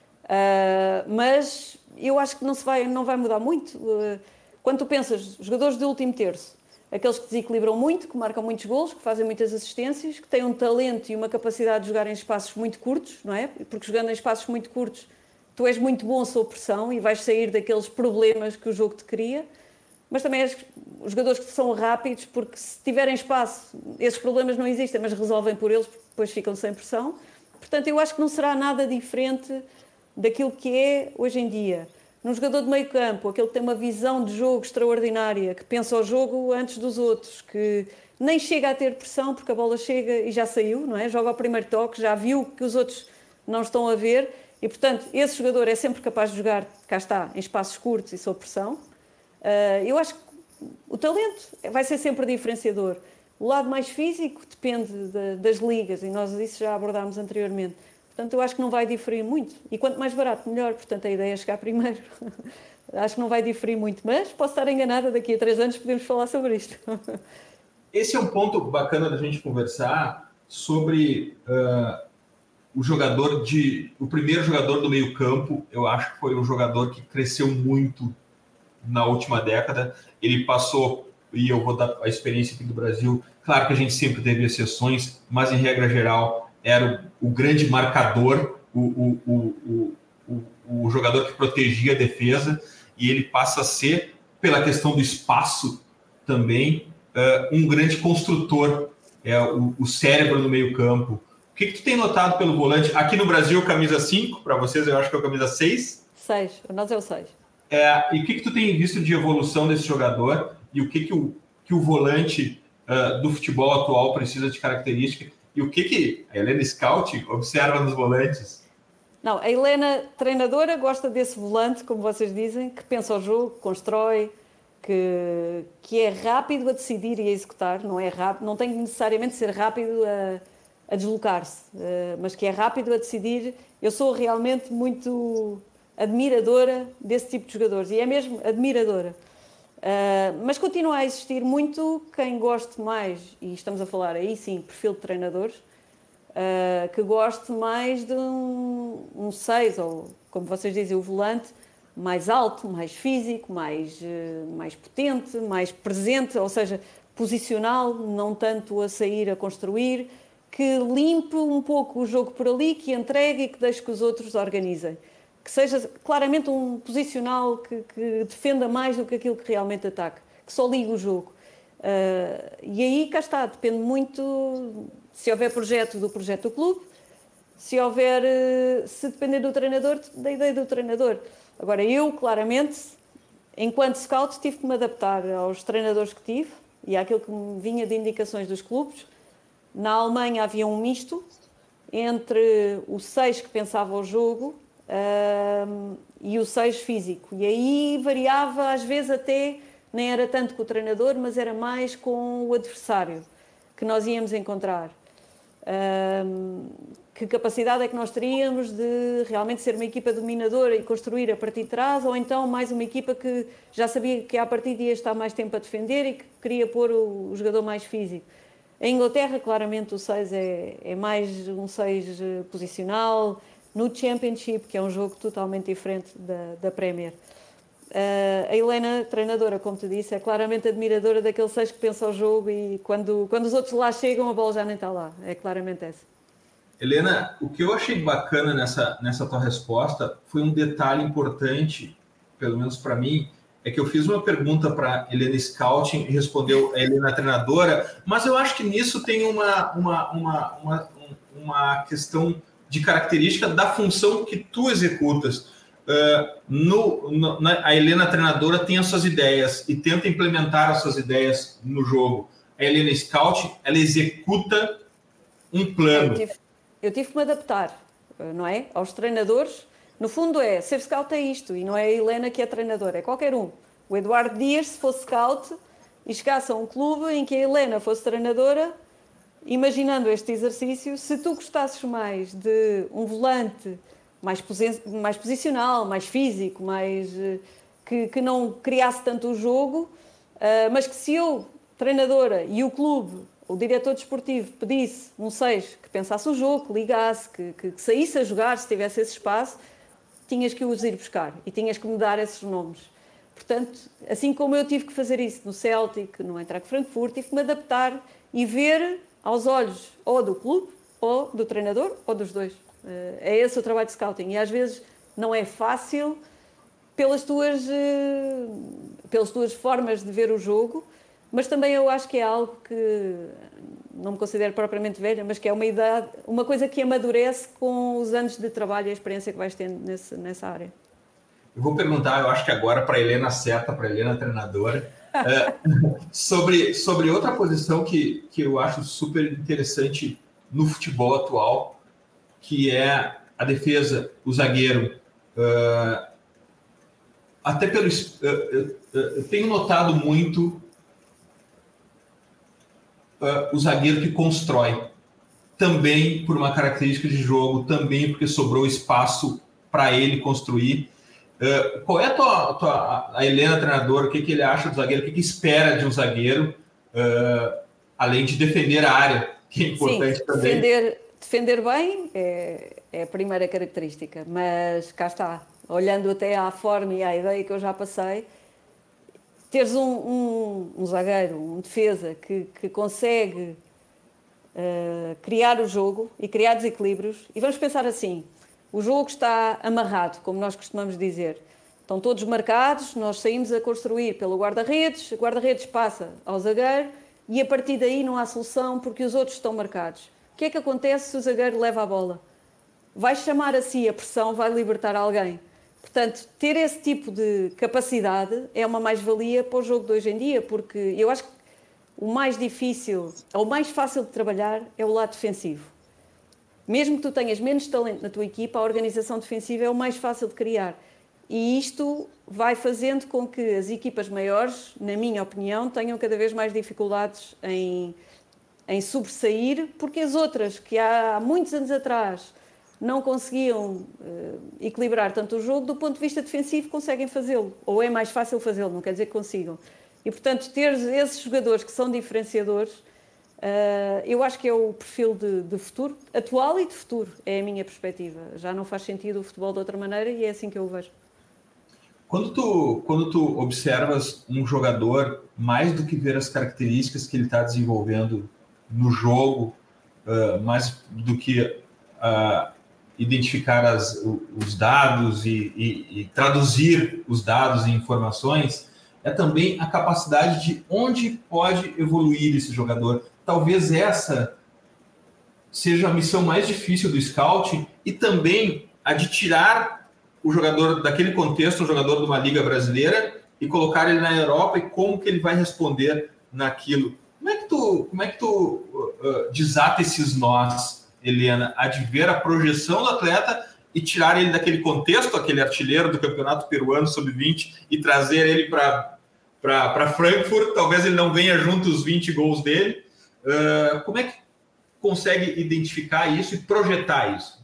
Uh, mas eu acho que não, se vai, não vai mudar muito. Uh, quando tu pensas, jogadores de último terço, aqueles que desequilibram muito, que marcam muitos golos, que fazem muitas assistências, que têm um talento e uma capacidade de jogar em espaços muito curtos, não é? Porque jogando em espaços muito curtos, tu és muito bom sob pressão e vais sair daqueles problemas que o jogo te cria. Mas também és os jogadores que são rápidos, porque se tiverem espaço, esses problemas não existem, mas resolvem por eles, porque depois ficam sem pressão. Portanto, eu acho que não será nada diferente daquilo que é hoje em dia. Num jogador de meio campo, aquele que tem uma visão de jogo extraordinária, que pensa o jogo antes dos outros, que nem chega a ter pressão, porque a bola chega e já saiu, não é? Joga ao primeiro toque, já viu que os outros não estão a ver, e portanto, esse jogador é sempre capaz de jogar, cá está, em espaços curtos e sob pressão. Uh, eu acho que o talento vai ser sempre diferenciador. O lado mais físico depende de, das ligas, e nós isso já abordámos anteriormente. Portanto, eu acho que não vai diferir muito. E quanto mais barato, melhor. Portanto, a ideia é chegar primeiro. Acho que não vai diferir muito. Mas posso estar enganada, daqui a três anos podemos falar sobre isto. Esse é um ponto bacana da gente conversar sobre uh, o jogador de... O primeiro jogador do meio campo, eu acho que foi um jogador que cresceu muito na última década. Ele passou, e eu vou dar a experiência aqui do Brasil, claro que a gente sempre teve exceções, mas em regra geral era o, o grande marcador, o, o, o, o, o jogador que protegia a defesa, e ele passa a ser, pela questão do espaço também, uh, um grande construtor, é o, o cérebro no meio campo, que, que tu tem notado pelo volante? Aqui no Brasil, camisa cinco, para vocês eu acho que é a camisa seis. seis, nós é o seis. É, e o que, que tu tem visto de evolução desse jogador e o que, que, o, que o volante uh, do futebol atual precisa de característica e o que, que a Helena Scout observa nos volantes? Não, a Helena, treinadora, gosta desse volante, como vocês dizem, que pensa o jogo, constrói, que, que é rápido a decidir e a executar, não é rápido, não tem que necessariamente ser rápido a, a deslocar-se, uh, mas que é rápido a decidir. Eu sou realmente muito admiradora desse tipo de jogadores, e é mesmo admiradora. Uh, mas continua a existir muito quem goste mais, e estamos a falar aí sim, perfil de treinadores, uh, que goste mais de um, um seis, ou como vocês dizem, o volante, mais alto, mais físico, mais, uh, mais potente, mais presente, ou seja, posicional, não tanto a sair a construir, que limpe um pouco o jogo por ali, que entregue e que deixe que os outros organizem. Que seja claramente um posicional que, que defenda mais do que aquilo que realmente ataca, que só liga o jogo. Uh, e aí, cá está, depende muito, se houver projeto, do projeto do clube, se houver, uh, se depender do treinador, da ideia do treinador. Agora, eu, claramente, enquanto scout, tive que me adaptar aos treinadores que tive e àquilo que me vinha de indicações dos clubes. Na Alemanha havia um misto entre o seis que pensava o jogo Um, e o seis físico, e aí variava, às vezes até nem era tanto com o treinador, mas era mais com o adversário que nós íamos encontrar. Um, que capacidade é que nós teríamos de realmente ser uma equipa dominadora e construir a partir de trás, ou então mais uma equipa que já sabia que à partida ia estar mais tempo a defender e que queria pôr o, o jogador mais físico. Em Inglaterra, claramente o seis é, é mais um seis posicional. No Championship, que é um jogo totalmente diferente da, da Premier. Uh, a Helena, treinadora, como te disse, é claramente admiradora daquele seis que pensa o jogo e quando, quando os outros lá chegam, a bola já nem está lá. É claramente essa. Helena, o que eu achei bacana nessa, nessa tua resposta foi um detalhe importante, pelo menos para mim, é que eu fiz uma pergunta para a Helena Scouting e respondeu a Helena treinadora, mas eu acho que nisso tem uma, uma, uma, uma, uma questão de característica da função que tu executas. Uh, no, no, na, a Helena treinadora tem as suas ideias e tenta implementar as suas ideias no jogo. A Helena Scout, ela executa um plano. Eu tive, eu tive que me adaptar, não é? Aos treinadores. No fundo é, ser scout é isto, e não é a Helena que é treinadora, é qualquer um. O Eduardo Dias, se fosse scout e chegasse a um clube em que a Helena fosse treinadora, imaginando este exercício, se tu gostasses mais de um volante mais, posi- mais posicional, mais físico, mais, que, que não criasse tanto o jogo, uh, mas que se eu, treinadora, e o clube, o diretor desportivo, pedisse um seis que pensasse o jogo, que ligasse, que, que, que saísse a jogar, se tivesse esse espaço, tinhas que os ir buscar e tinhas que me dar esses nomes. Portanto, assim como eu tive que fazer isso no Celtic, no Eintracht Frankfurt, tive que me adaptar e ver aos olhos ou do clube, ou do treinador, ou dos dois. É esse o trabalho de scouting. E às vezes não é fácil pelas tuas, pelas tuas formas de ver o jogo, mas também eu acho que é algo que não me considero propriamente velha, mas que é uma idade, uma coisa que amadurece com os anos de trabalho e a experiência que vais tendo nesse, nessa área. Eu vou perguntar, eu acho que agora para a Helena certa, para a Helena treinadora, uh, sobre, sobre outra posição que, que eu acho super interessante no futebol atual, que é a defesa, o zagueiro. Uh, até pelo... Uh, uh, eu tenho notado muito uh, o zagueiro que constrói, também por uma característica de jogo, também porque sobrou espaço para ele construir. Uh, qual é a tua, tua a Helena treinadora, o que, que ele acha do zagueiro, o que, que espera de um zagueiro, uh, além de defender a área, que é importante. Sim, também. Defender, defender bem é, é a primeira característica, mas cá está, olhando até à forma e à ideia que eu já passei, teres um, um, um zagueiro, um defesa que, que consegue uh, criar o jogo e criar desequilíbrios, e vamos pensar assim, o jogo está amarrado, como nós costumamos dizer. Estão todos marcados, nós saímos a construir pelo guarda-redes, o guarda-redes passa ao zagueiro e a partir daí não há solução porque os outros estão marcados. que é que acontece se o zagueiro leva a bola? Vai chamar a si a pressão, vai libertar alguém. Portanto, ter esse tipo de capacidade é uma mais-valia para o jogo de hoje em dia, porque eu acho que o mais difícil, ou o mais fácil de trabalhar é o lado defensivo. Mesmo que tu tenhas menos talento na tua equipa, a organização defensiva é o mais fácil de criar. E isto vai fazendo com que as equipas maiores, na minha opinião, tenham cada vez mais dificuldades em, em sobressair, porque as outras, que há muitos anos atrás não conseguiam uh, equilibrar tanto o jogo, do ponto de vista defensivo conseguem fazê-lo. Ou é mais fácil fazê-lo, não quer dizer que consigam. E, portanto, ter esses jogadores que são diferenciadores, uh, eu acho que é o perfil de, de futuro, atual e de futuro, é a minha perspectiva. Já não faz sentido o futebol de outra maneira e é assim que eu o vejo. Quando tu, quando tu observas um jogador, mais do que ver as características que ele está desenvolvendo no jogo, uh, mais do que uh, identificar as, os dados e, e, e traduzir os dados em informações, é também a capacidade de onde pode evoluir esse jogador. Talvez essa seja a missão mais difícil do scout e também a de tirar o jogador daquele contexto, um jogador de uma liga brasileira, e colocar ele na Europa e como que ele vai responder naquilo. Como é que tu, como é que tu uh, desata esses nós, Helena, a de ver a projeção do atleta e tirar ele daquele contexto, aquele artilheiro do campeonato peruano sub vinte, e trazer ele para para Frankfurt, talvez ele não venha junto os vinte gols dele. Uh, como é que consegue identificar isso e projetar isso?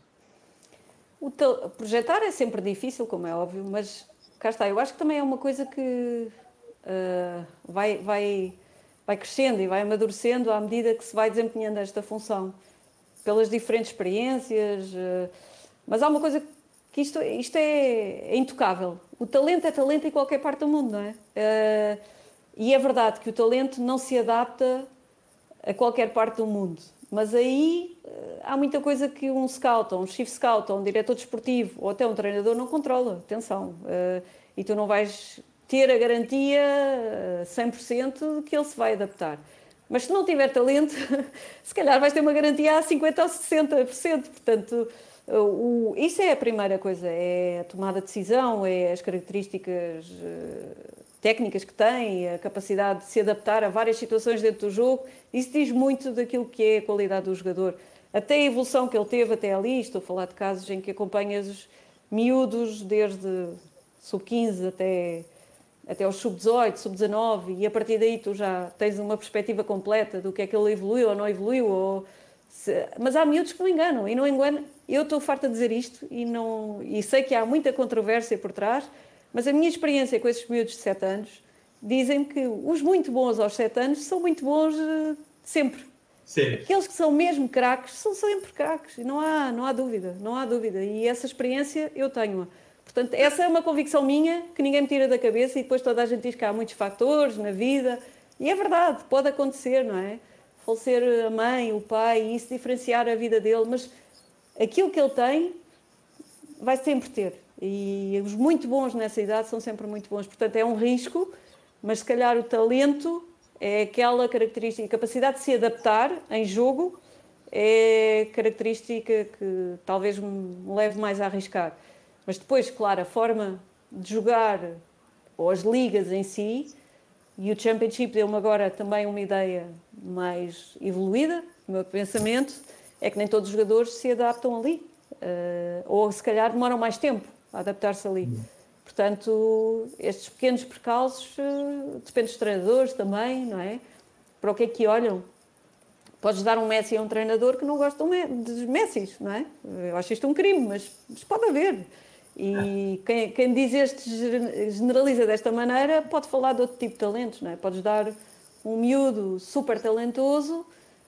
O teu, projetar é sempre difícil, como é óbvio, mas cá está, eu acho que também é uma coisa que uh, vai, vai, vai crescendo e vai amadurecendo à medida que se vai desempenhando esta função, pelas diferentes experiências, uh, mas há uma coisa que isto, isto é, é intocável. O talento é talento em qualquer parte do mundo, não é? Uh, e é verdade que o talento não se adapta a qualquer parte do mundo. Mas aí uh, há muita coisa que um scout, ou um chief scout, ou um diretor desportivo, ou até um treinador não controla. Atenção. Uh, e tu não vais ter a garantia uh, cem por cento de que ele se vai adaptar. Mas se não tiver talento, se calhar vais ter uma garantia a cinquenta por cento ou sessenta por cento. Portanto, uh, o, isso é a primeira coisa. É a tomada de decisão, é as características uh, técnicas que tem, a capacidade de se adaptar a várias situações dentro do jogo. Isso diz muito daquilo que é a qualidade do jogador. Até a evolução que ele teve até ali, estou a falar de casos em que acompanhas miúdos desde sub quinze até, até aos sub dezoito, sub dezanove, e a partir daí tu já tens uma perspectiva completa do que é que ele evoluiu ou não evoluiu. Ou se... Mas há miúdos que me enganam, e não enganam. Eu estou farta de dizer isto, e, não... e sei que há muita controvérsia por trás, mas a minha experiência com esses miúdos de sete anos dizem que os muito bons aos sete anos são muito bons uh, sempre. Sim. Aqueles que são mesmo craques são sempre craques, e não há, não há dúvida, não há dúvida. E essa experiência eu tenho-a. Portanto, essa é uma convicção minha que ninguém me tira da cabeça, e depois toda a gente diz que há muitos fatores na vida. E é verdade, pode acontecer, não é? Falecer a mãe, o pai, e isso diferenciar a vida dele, mas aquilo que ele tem vai sempre ter. E os muito bons nessa idade são sempre muito bons. Portanto, é um risco, mas se calhar o talento é aquela característica, a capacidade de se adaptar em jogo é característica que talvez me leve mais a arriscar. Mas depois, claro, a forma de jogar, ou as ligas em si, e o Championship deu-me agora também uma ideia mais evoluída, o meu pensamento é que nem todos os jogadores se adaptam ali, uh, ou se calhar demoram mais tempo a adaptar-se ali. Uhum. Portanto, estes pequenos percalços, uh, depende dos treinadores também, não é? Para o que é que olham? Podes dar um Messi a um treinador que não gosta dos Messis, não é? Eu acho isto um crime, mas, mas pode haver. E quem, quem diz este, generaliza desta maneira, pode falar de outro tipo de talentos, não é? Podes dar um miúdo super talentoso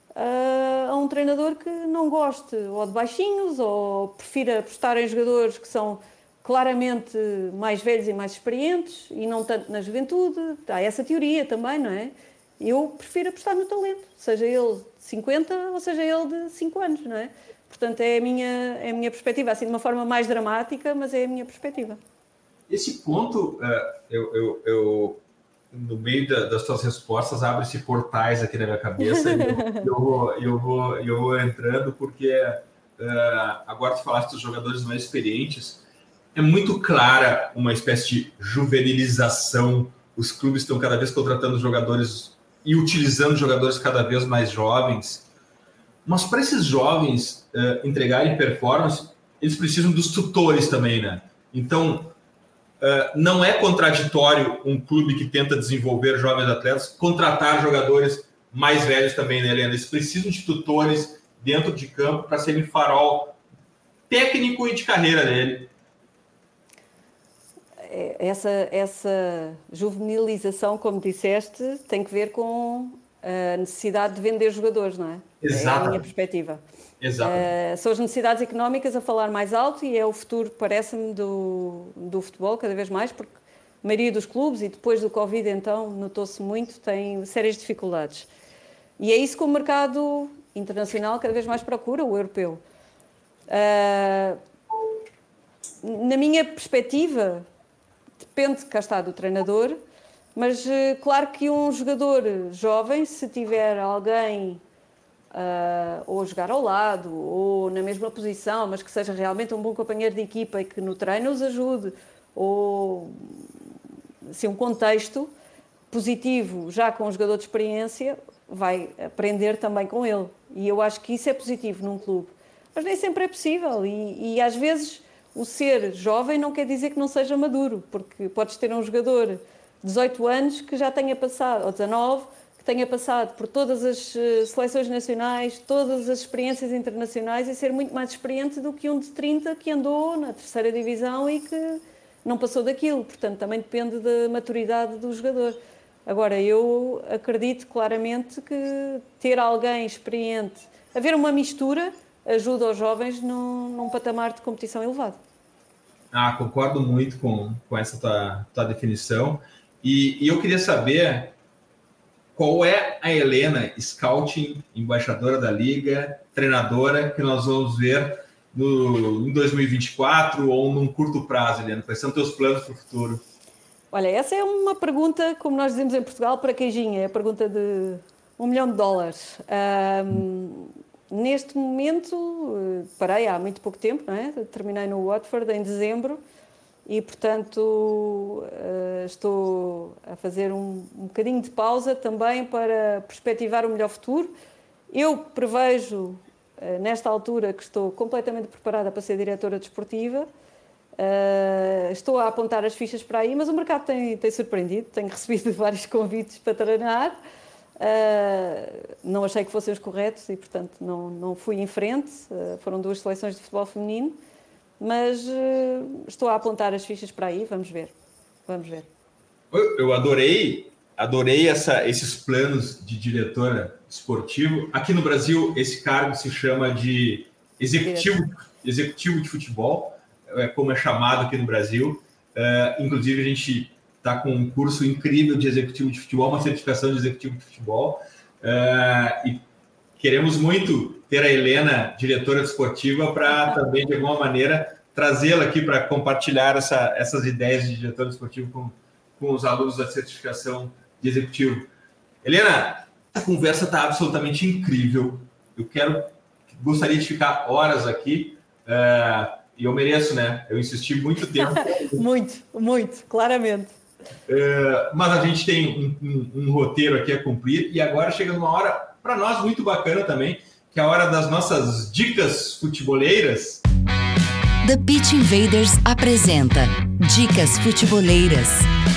uh, a um treinador que não goste ou de baixinhos, ou prefira apostar em jogadores que são claramente mais velhos e mais experientes e não tanto na juventude. Há essa teoria também, não é? Eu prefiro apostar no talento, seja ele de cinquenta ou seja ele de cinco anos, não é? Portanto, é a minha, é a minha perspectiva, assim, de uma forma mais dramática, mas é a minha perspectiva. Esse ponto, eu, eu, eu no meio da, das tuas respostas, abre-se portais aqui na minha cabeça. eu, eu, vou, eu, vou, eu vou entrando porque uh, agora tu falaste dos jogadores mais experientes. É muito clara uma espécie de juvenilização. Os clubes estão cada vez contratando jogadores e utilizando jogadores cada vez mais jovens. Mas para esses jovens uh, entregarem performance, eles precisam dos tutores também, né? Então, uh, não é contraditório um clube que tenta desenvolver jovens atletas contratar jogadores mais velhos também, né, Helena? Eles precisam de tutores dentro de campo para serem farol técnico e de carreira dele. Essa, essa juvenilização, como disseste, tem que ver com a necessidade de vender jogadores, não é? Exato. É a minha perspectiva. Exato. Uh, são as necessidades económicas a falar mais alto e é o futuro, parece-me, do, do futebol cada vez mais, porque a maioria dos clubes, e depois do Covid, então, notou-se muito, tem sérias dificuldades. E é isso que o mercado internacional cada vez mais procura, o europeu. Uh, na minha perspectiva, depende, cá está, do treinador, mas claro que um jogador jovem, se tiver alguém uh, ou a jogar ao lado, ou na mesma posição, mas que seja realmente um bom companheiro de equipa e que no treino os ajude, ou assim, um contexto positivo já com um jogador de experiência, vai aprender também com ele. E eu acho que isso é positivo num clube. Mas nem sempre é possível e, e às vezes o ser jovem não quer dizer que não seja maduro, porque podes ter um jogador de dezoito anos que já tenha passado, ou dezanove, que tenha passado por todas as seleções nacionais, todas as experiências internacionais e ser muito mais experiente do que um de trinta que andou na terceira divisão e que não passou daquilo. Portanto, também depende da maturidade do jogador. Agora, eu acredito claramente que ter alguém experiente, haver uma mistura, ajuda os jovens num, num patamar de competição elevado. Ah, concordo muito com, com essa tua, tua definição. E, e eu queria saber qual é a Helena, scouting, embaixadora da Liga, treinadora, que nós vamos ver no, em dois mil e vinte e quatro ou num curto prazo, Helena. Quais são teus planos para o futuro? Olha, essa é uma pergunta, como nós dizemos em Portugal, para queijinha. É a pergunta de um milhão de dólares. Um, Neste momento, parei há muito pouco tempo, não é? Terminei no Watford em dezembro e, portanto, estou a fazer um, um bocadinho de pausa também para perspectivar o melhor futuro. Eu prevejo, nesta altura, que estou completamente preparada para ser diretora desportiva. Estou a apontar as fichas para aí, mas o mercado tem, tem surpreendido. Tenho recebido vários convites para treinar. Uh, não achei que fossem os corretos e, portanto, não, não fui em frente. Uh, foram duas seleções de futebol feminino, mas uh, estou a apontar as fichas para aí. Vamos ver. Vamos ver. Eu, eu adorei, adorei essa, esses planos de diretora esportivo. Aqui no Brasil, esse cargo se chama de executivo, executivo de futebol, é como é chamado aqui no Brasil. Uh, inclusive, a gente está com um curso incrível de executivo de futebol, uma certificação de executivo de futebol. Uh, e queremos muito ter a Helena, diretora desportiva, para também, de alguma maneira, trazê-la aqui para compartilhar essa, essas ideias de diretor desportivo com, com os alunos da certificação de executivo. Helena, a conversa está absolutamente incrível. Eu quero, gostaria de ficar horas aqui, uh, e eu mereço, né? Eu insisti muito tempo. muito, muito, claramente. Uh, mas a gente tem um, um, um roteiro aqui a cumprir e agora chega uma hora, para nós, muito bacana também, que é a hora das nossas dicas futeboleiras. The Pitch Invaders apresenta Dicas Futeboleiras.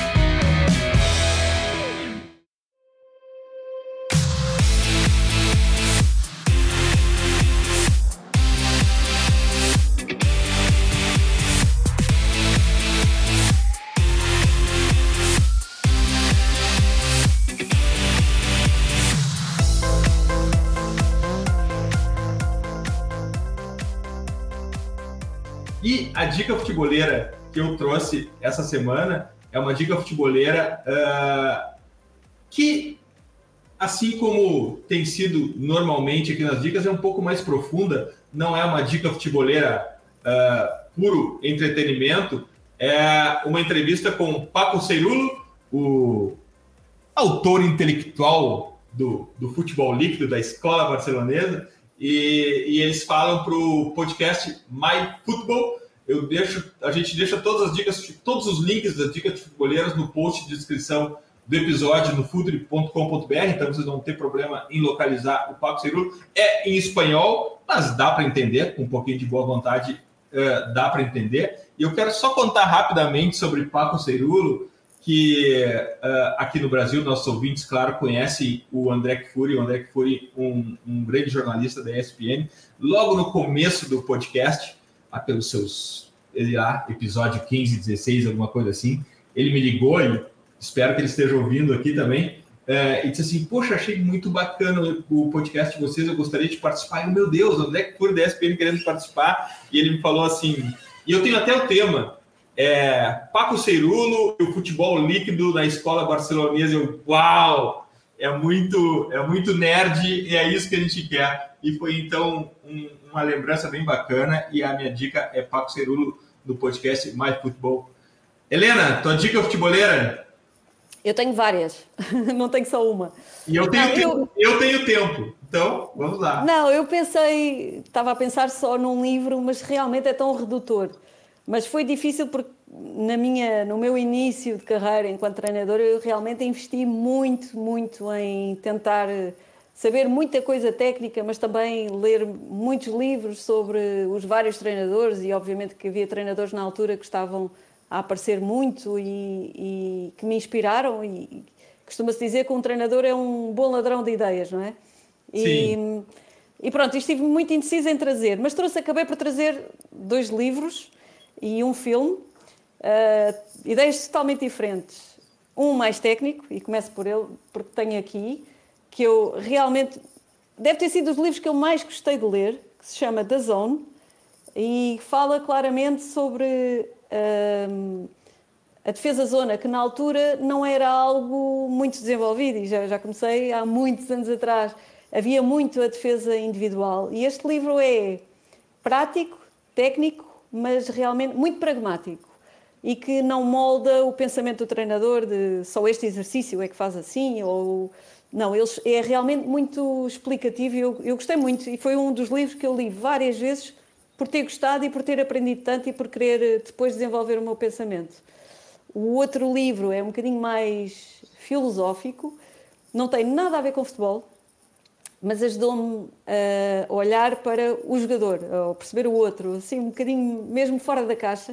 E a dica futeboleira que eu trouxe essa semana é uma dica futeboleira uh, que, assim como tem sido normalmente aqui nas dicas, é um pouco mais profunda. Não é uma dica futeboleira uh, puro entretenimento. É uma entrevista com Paco Cerulo, o autor intelectual do, do futebol líquido, da escola barcelonesa, e, e eles falam para o podcast My Football. Eu deixo, a gente deixa todas as dicas, todos os links das dicas de futeboleiras no post de descrição do episódio no futuri ponto com ponto b r, então vocês não tem problema em localizar o Paco Cerulo. É em espanhol, mas dá para entender, com um pouquinho de boa vontade, uh, dá para entender. E eu quero só contar rapidamente sobre Paco Cerulo, que uh, aqui no Brasil, nossos ouvintes, claro, conhecem o André Kfouri, o André Kfouri, um, um grande jornalista da E S P N. Logo no começo do podcast, lá pelos seus, ele lá, episódio quinze, dezesseis, alguma coisa assim, ele me ligou, e espero que ele esteja ouvindo aqui também, é, e disse assim, poxa, achei muito bacana o podcast de vocês, eu gostaria de participar. E, meu Deus, André Kfouri da E S P N querendo participar, e ele me falou assim, e eu tenho até o tema, é, Paco Cerulo e o futebol líquido na escola barcelonesa. Eu, uau, é muito, é muito nerd, e é isso que a gente quer. E foi então um, uma lembrança bem bacana, e a minha dica é Paco Cerulo do podcast My Football. Helena, tua dica futeboleira? Eu tenho várias, não tenho só uma. E eu tenho, não, tempo, eu... eu tenho tempo, então vamos lá. Não, eu pensei, estava a pensar só num livro, mas realmente é tão redutor. Mas foi difícil porque na minha, no meu início de carreira enquanto treinador, eu realmente investi muito, muito em tentar saber muita coisa técnica, mas também ler muitos livros sobre os vários treinadores, e obviamente que havia treinadores na altura que estavam a aparecer muito e, e que me inspiraram, e costuma-se dizer que um treinador é um bom ladrão de ideias, não é? Sim. E, e pronto, estive muito indecisa em trazer, mas trouxe, acabei por trazer dois livros e um filme, uh, ideias totalmente diferentes. Um mais técnico, e começo por ele, porque tenho aqui, que eu realmente, deve ter sido dos livros que eu mais gostei de ler, que se chama The Zone, e fala claramente sobre Uh, a defesa zona, que na altura não era algo muito desenvolvido, e já, já comecei há muitos anos atrás, havia muito a defesa individual, e este livro é prático, técnico, mas realmente muito pragmático, e que não molda o pensamento do treinador de só este exercício é que faz assim, ou não, ele é realmente muito explicativo, e eu, eu gostei muito, e foi um dos livros que eu li várias vezes por ter gostado e por ter aprendido tanto e por querer depois desenvolver o meu pensamento. O outro livro é um bocadinho mais filosófico, não tem nada a ver com futebol, mas ajudou-me a olhar para o jogador, a perceber o outro, assim um bocadinho mesmo fora da caixa,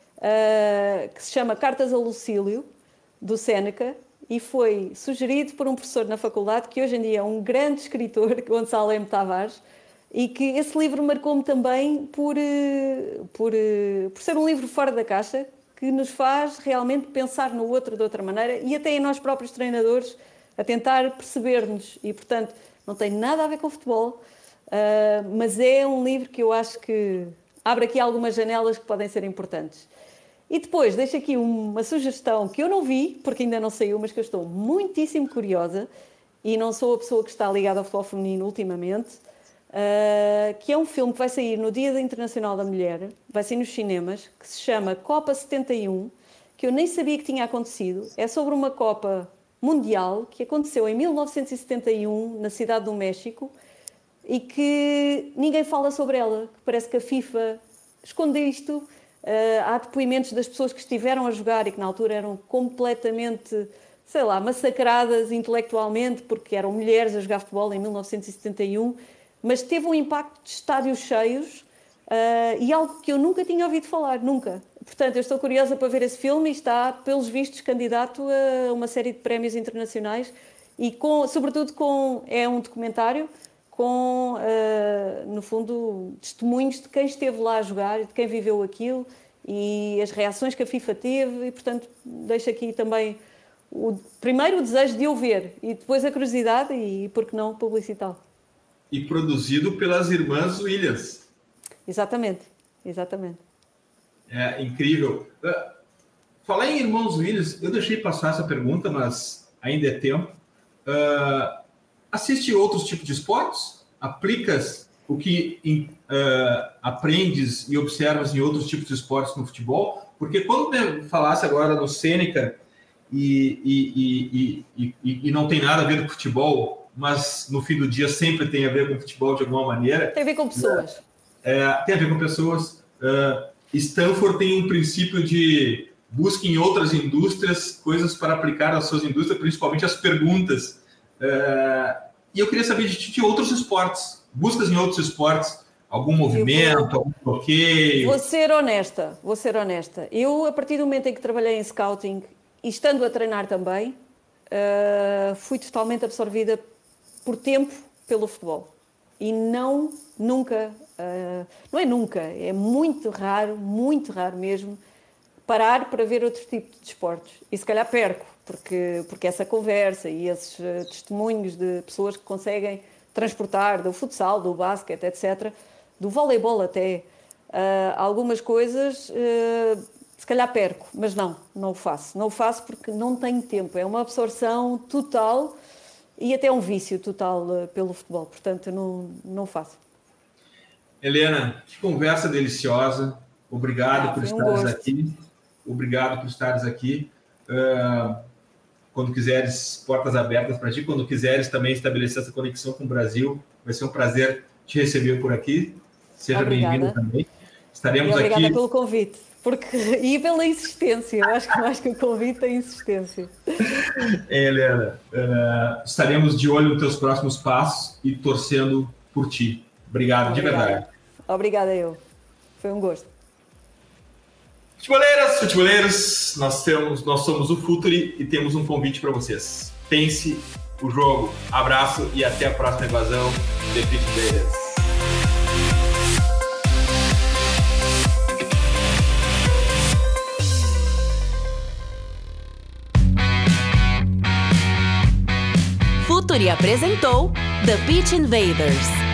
que se chama Cartas a Lucílio, do Séneca, e foi sugerido por um professor na faculdade, que hoje em dia é um grande escritor, Gonçalo M. Tavares, e que esse livro marcou-me também por, por, por ser um livro fora da caixa, que nos faz realmente pensar no outro de outra maneira, e até em nós próprios treinadores, a tentar perceber-nos. E, portanto, não tem nada a ver com futebol, uh, mas é um livro que eu acho que abre aqui algumas janelas que podem ser importantes. E depois, deixo aqui uma sugestão que eu não vi, porque ainda não saiu, mas que eu estou muitíssimo curiosa, e não sou a pessoa que está ligada ao futebol feminino ultimamente, Uh, que é um filme que vai sair no Dia Internacional da Mulher, vai sair nos cinemas, que se chama Copa setenta e um, que eu nem sabia que tinha acontecido. É sobre uma Copa Mundial que aconteceu em mil novecentos e setenta e um na cidade do México, e que ninguém fala sobre ela, que parece que a FIFA esconde isto. Uh, há depoimentos das pessoas que estiveram a jogar e que na altura eram completamente, sei lá, massacradas intelectualmente porque eram mulheres a jogar futebol em mil novecentos e setenta e um, mas teve um impacto de estádios cheios, uh, e algo que eu nunca tinha ouvido falar, nunca. Portanto, eu estou curiosa para ver esse filme, e está, pelos vistos, candidato a uma série de prémios internacionais, e com, sobretudo com, é um documentário com, uh, no fundo, testemunhos de quem esteve lá a jogar, de quem viveu aquilo, e as reações que a FIFA teve, e portanto deixo aqui também o, primeiro o desejo de eu ver, e depois a curiosidade, e por que não publicitá-lo. E produzido pelas irmãs Williams. Exatamente, exatamente. É incrível. Uh, falar em irmãos Williams, eu deixei passar essa pergunta, mas ainda é tempo. Uh, assiste outros tipos de esportes? Aplicas o que uh, aprendes e observas em outros tipos de esportes no futebol? Porque quando falasse agora no Séneca, e, e, e, e, e não tem nada a ver com futebol, mas no fim do dia sempre tem a ver com futebol de alguma maneira. Tem a ver com pessoas. É, tem a ver com pessoas. Uh, Stanford tem um princípio de busca em outras indústrias coisas para aplicar às suas indústrias, principalmente as perguntas. Uh, e eu queria saber de, de outros esportes, buscas em outros esportes, algum movimento, algum bloqueio. Vou ser honesta, vou ser honesta. Eu, a partir do momento em que trabalhei em scouting e estando a treinar também, uh, fui totalmente absorvida por tempo pelo futebol. E não, nunca, uh, não é nunca, é muito raro, muito raro mesmo, parar para ver outro tipo de desportos. E se calhar perco, porque, porque essa conversa e esses uh, testemunhos de pessoas que conseguem transportar do futsal, do basquete, etcétera, do voleibol até, uh, algumas coisas, uh, se calhar perco, mas não, não o faço. Não o faço porque não tenho tempo, é uma absorção total e até um vício total uh, pelo futebol, portanto não, não faço. Helena, que conversa deliciosa, obrigado ah, por estares um aqui, obrigado por estares aqui. Uh, quando quiseres, portas abertas para ti, quando quiseres também estabelecer essa conexão com o Brasil, vai ser um prazer te receber por aqui. Seja bem-vindo também. Estaremos e obrigada aqui. Obrigada pelo convite. Porque, e pela insistência, eu acho que mais que o convite é a insistência. É, Helena, uh, estaremos de olho nos teus próximos passos e torcendo por ti. Obrigado, Obrigada. de verdade. Obrigada eu. Foi um gosto. Futeboleiras, futeboleiros, nós, temos, nós somos o Futuri e temos um convite para vocês. Pense o jogo. Abraço e até a próxima invasão de Futeboleiras. Futuri apresentou The Pitch Invaders.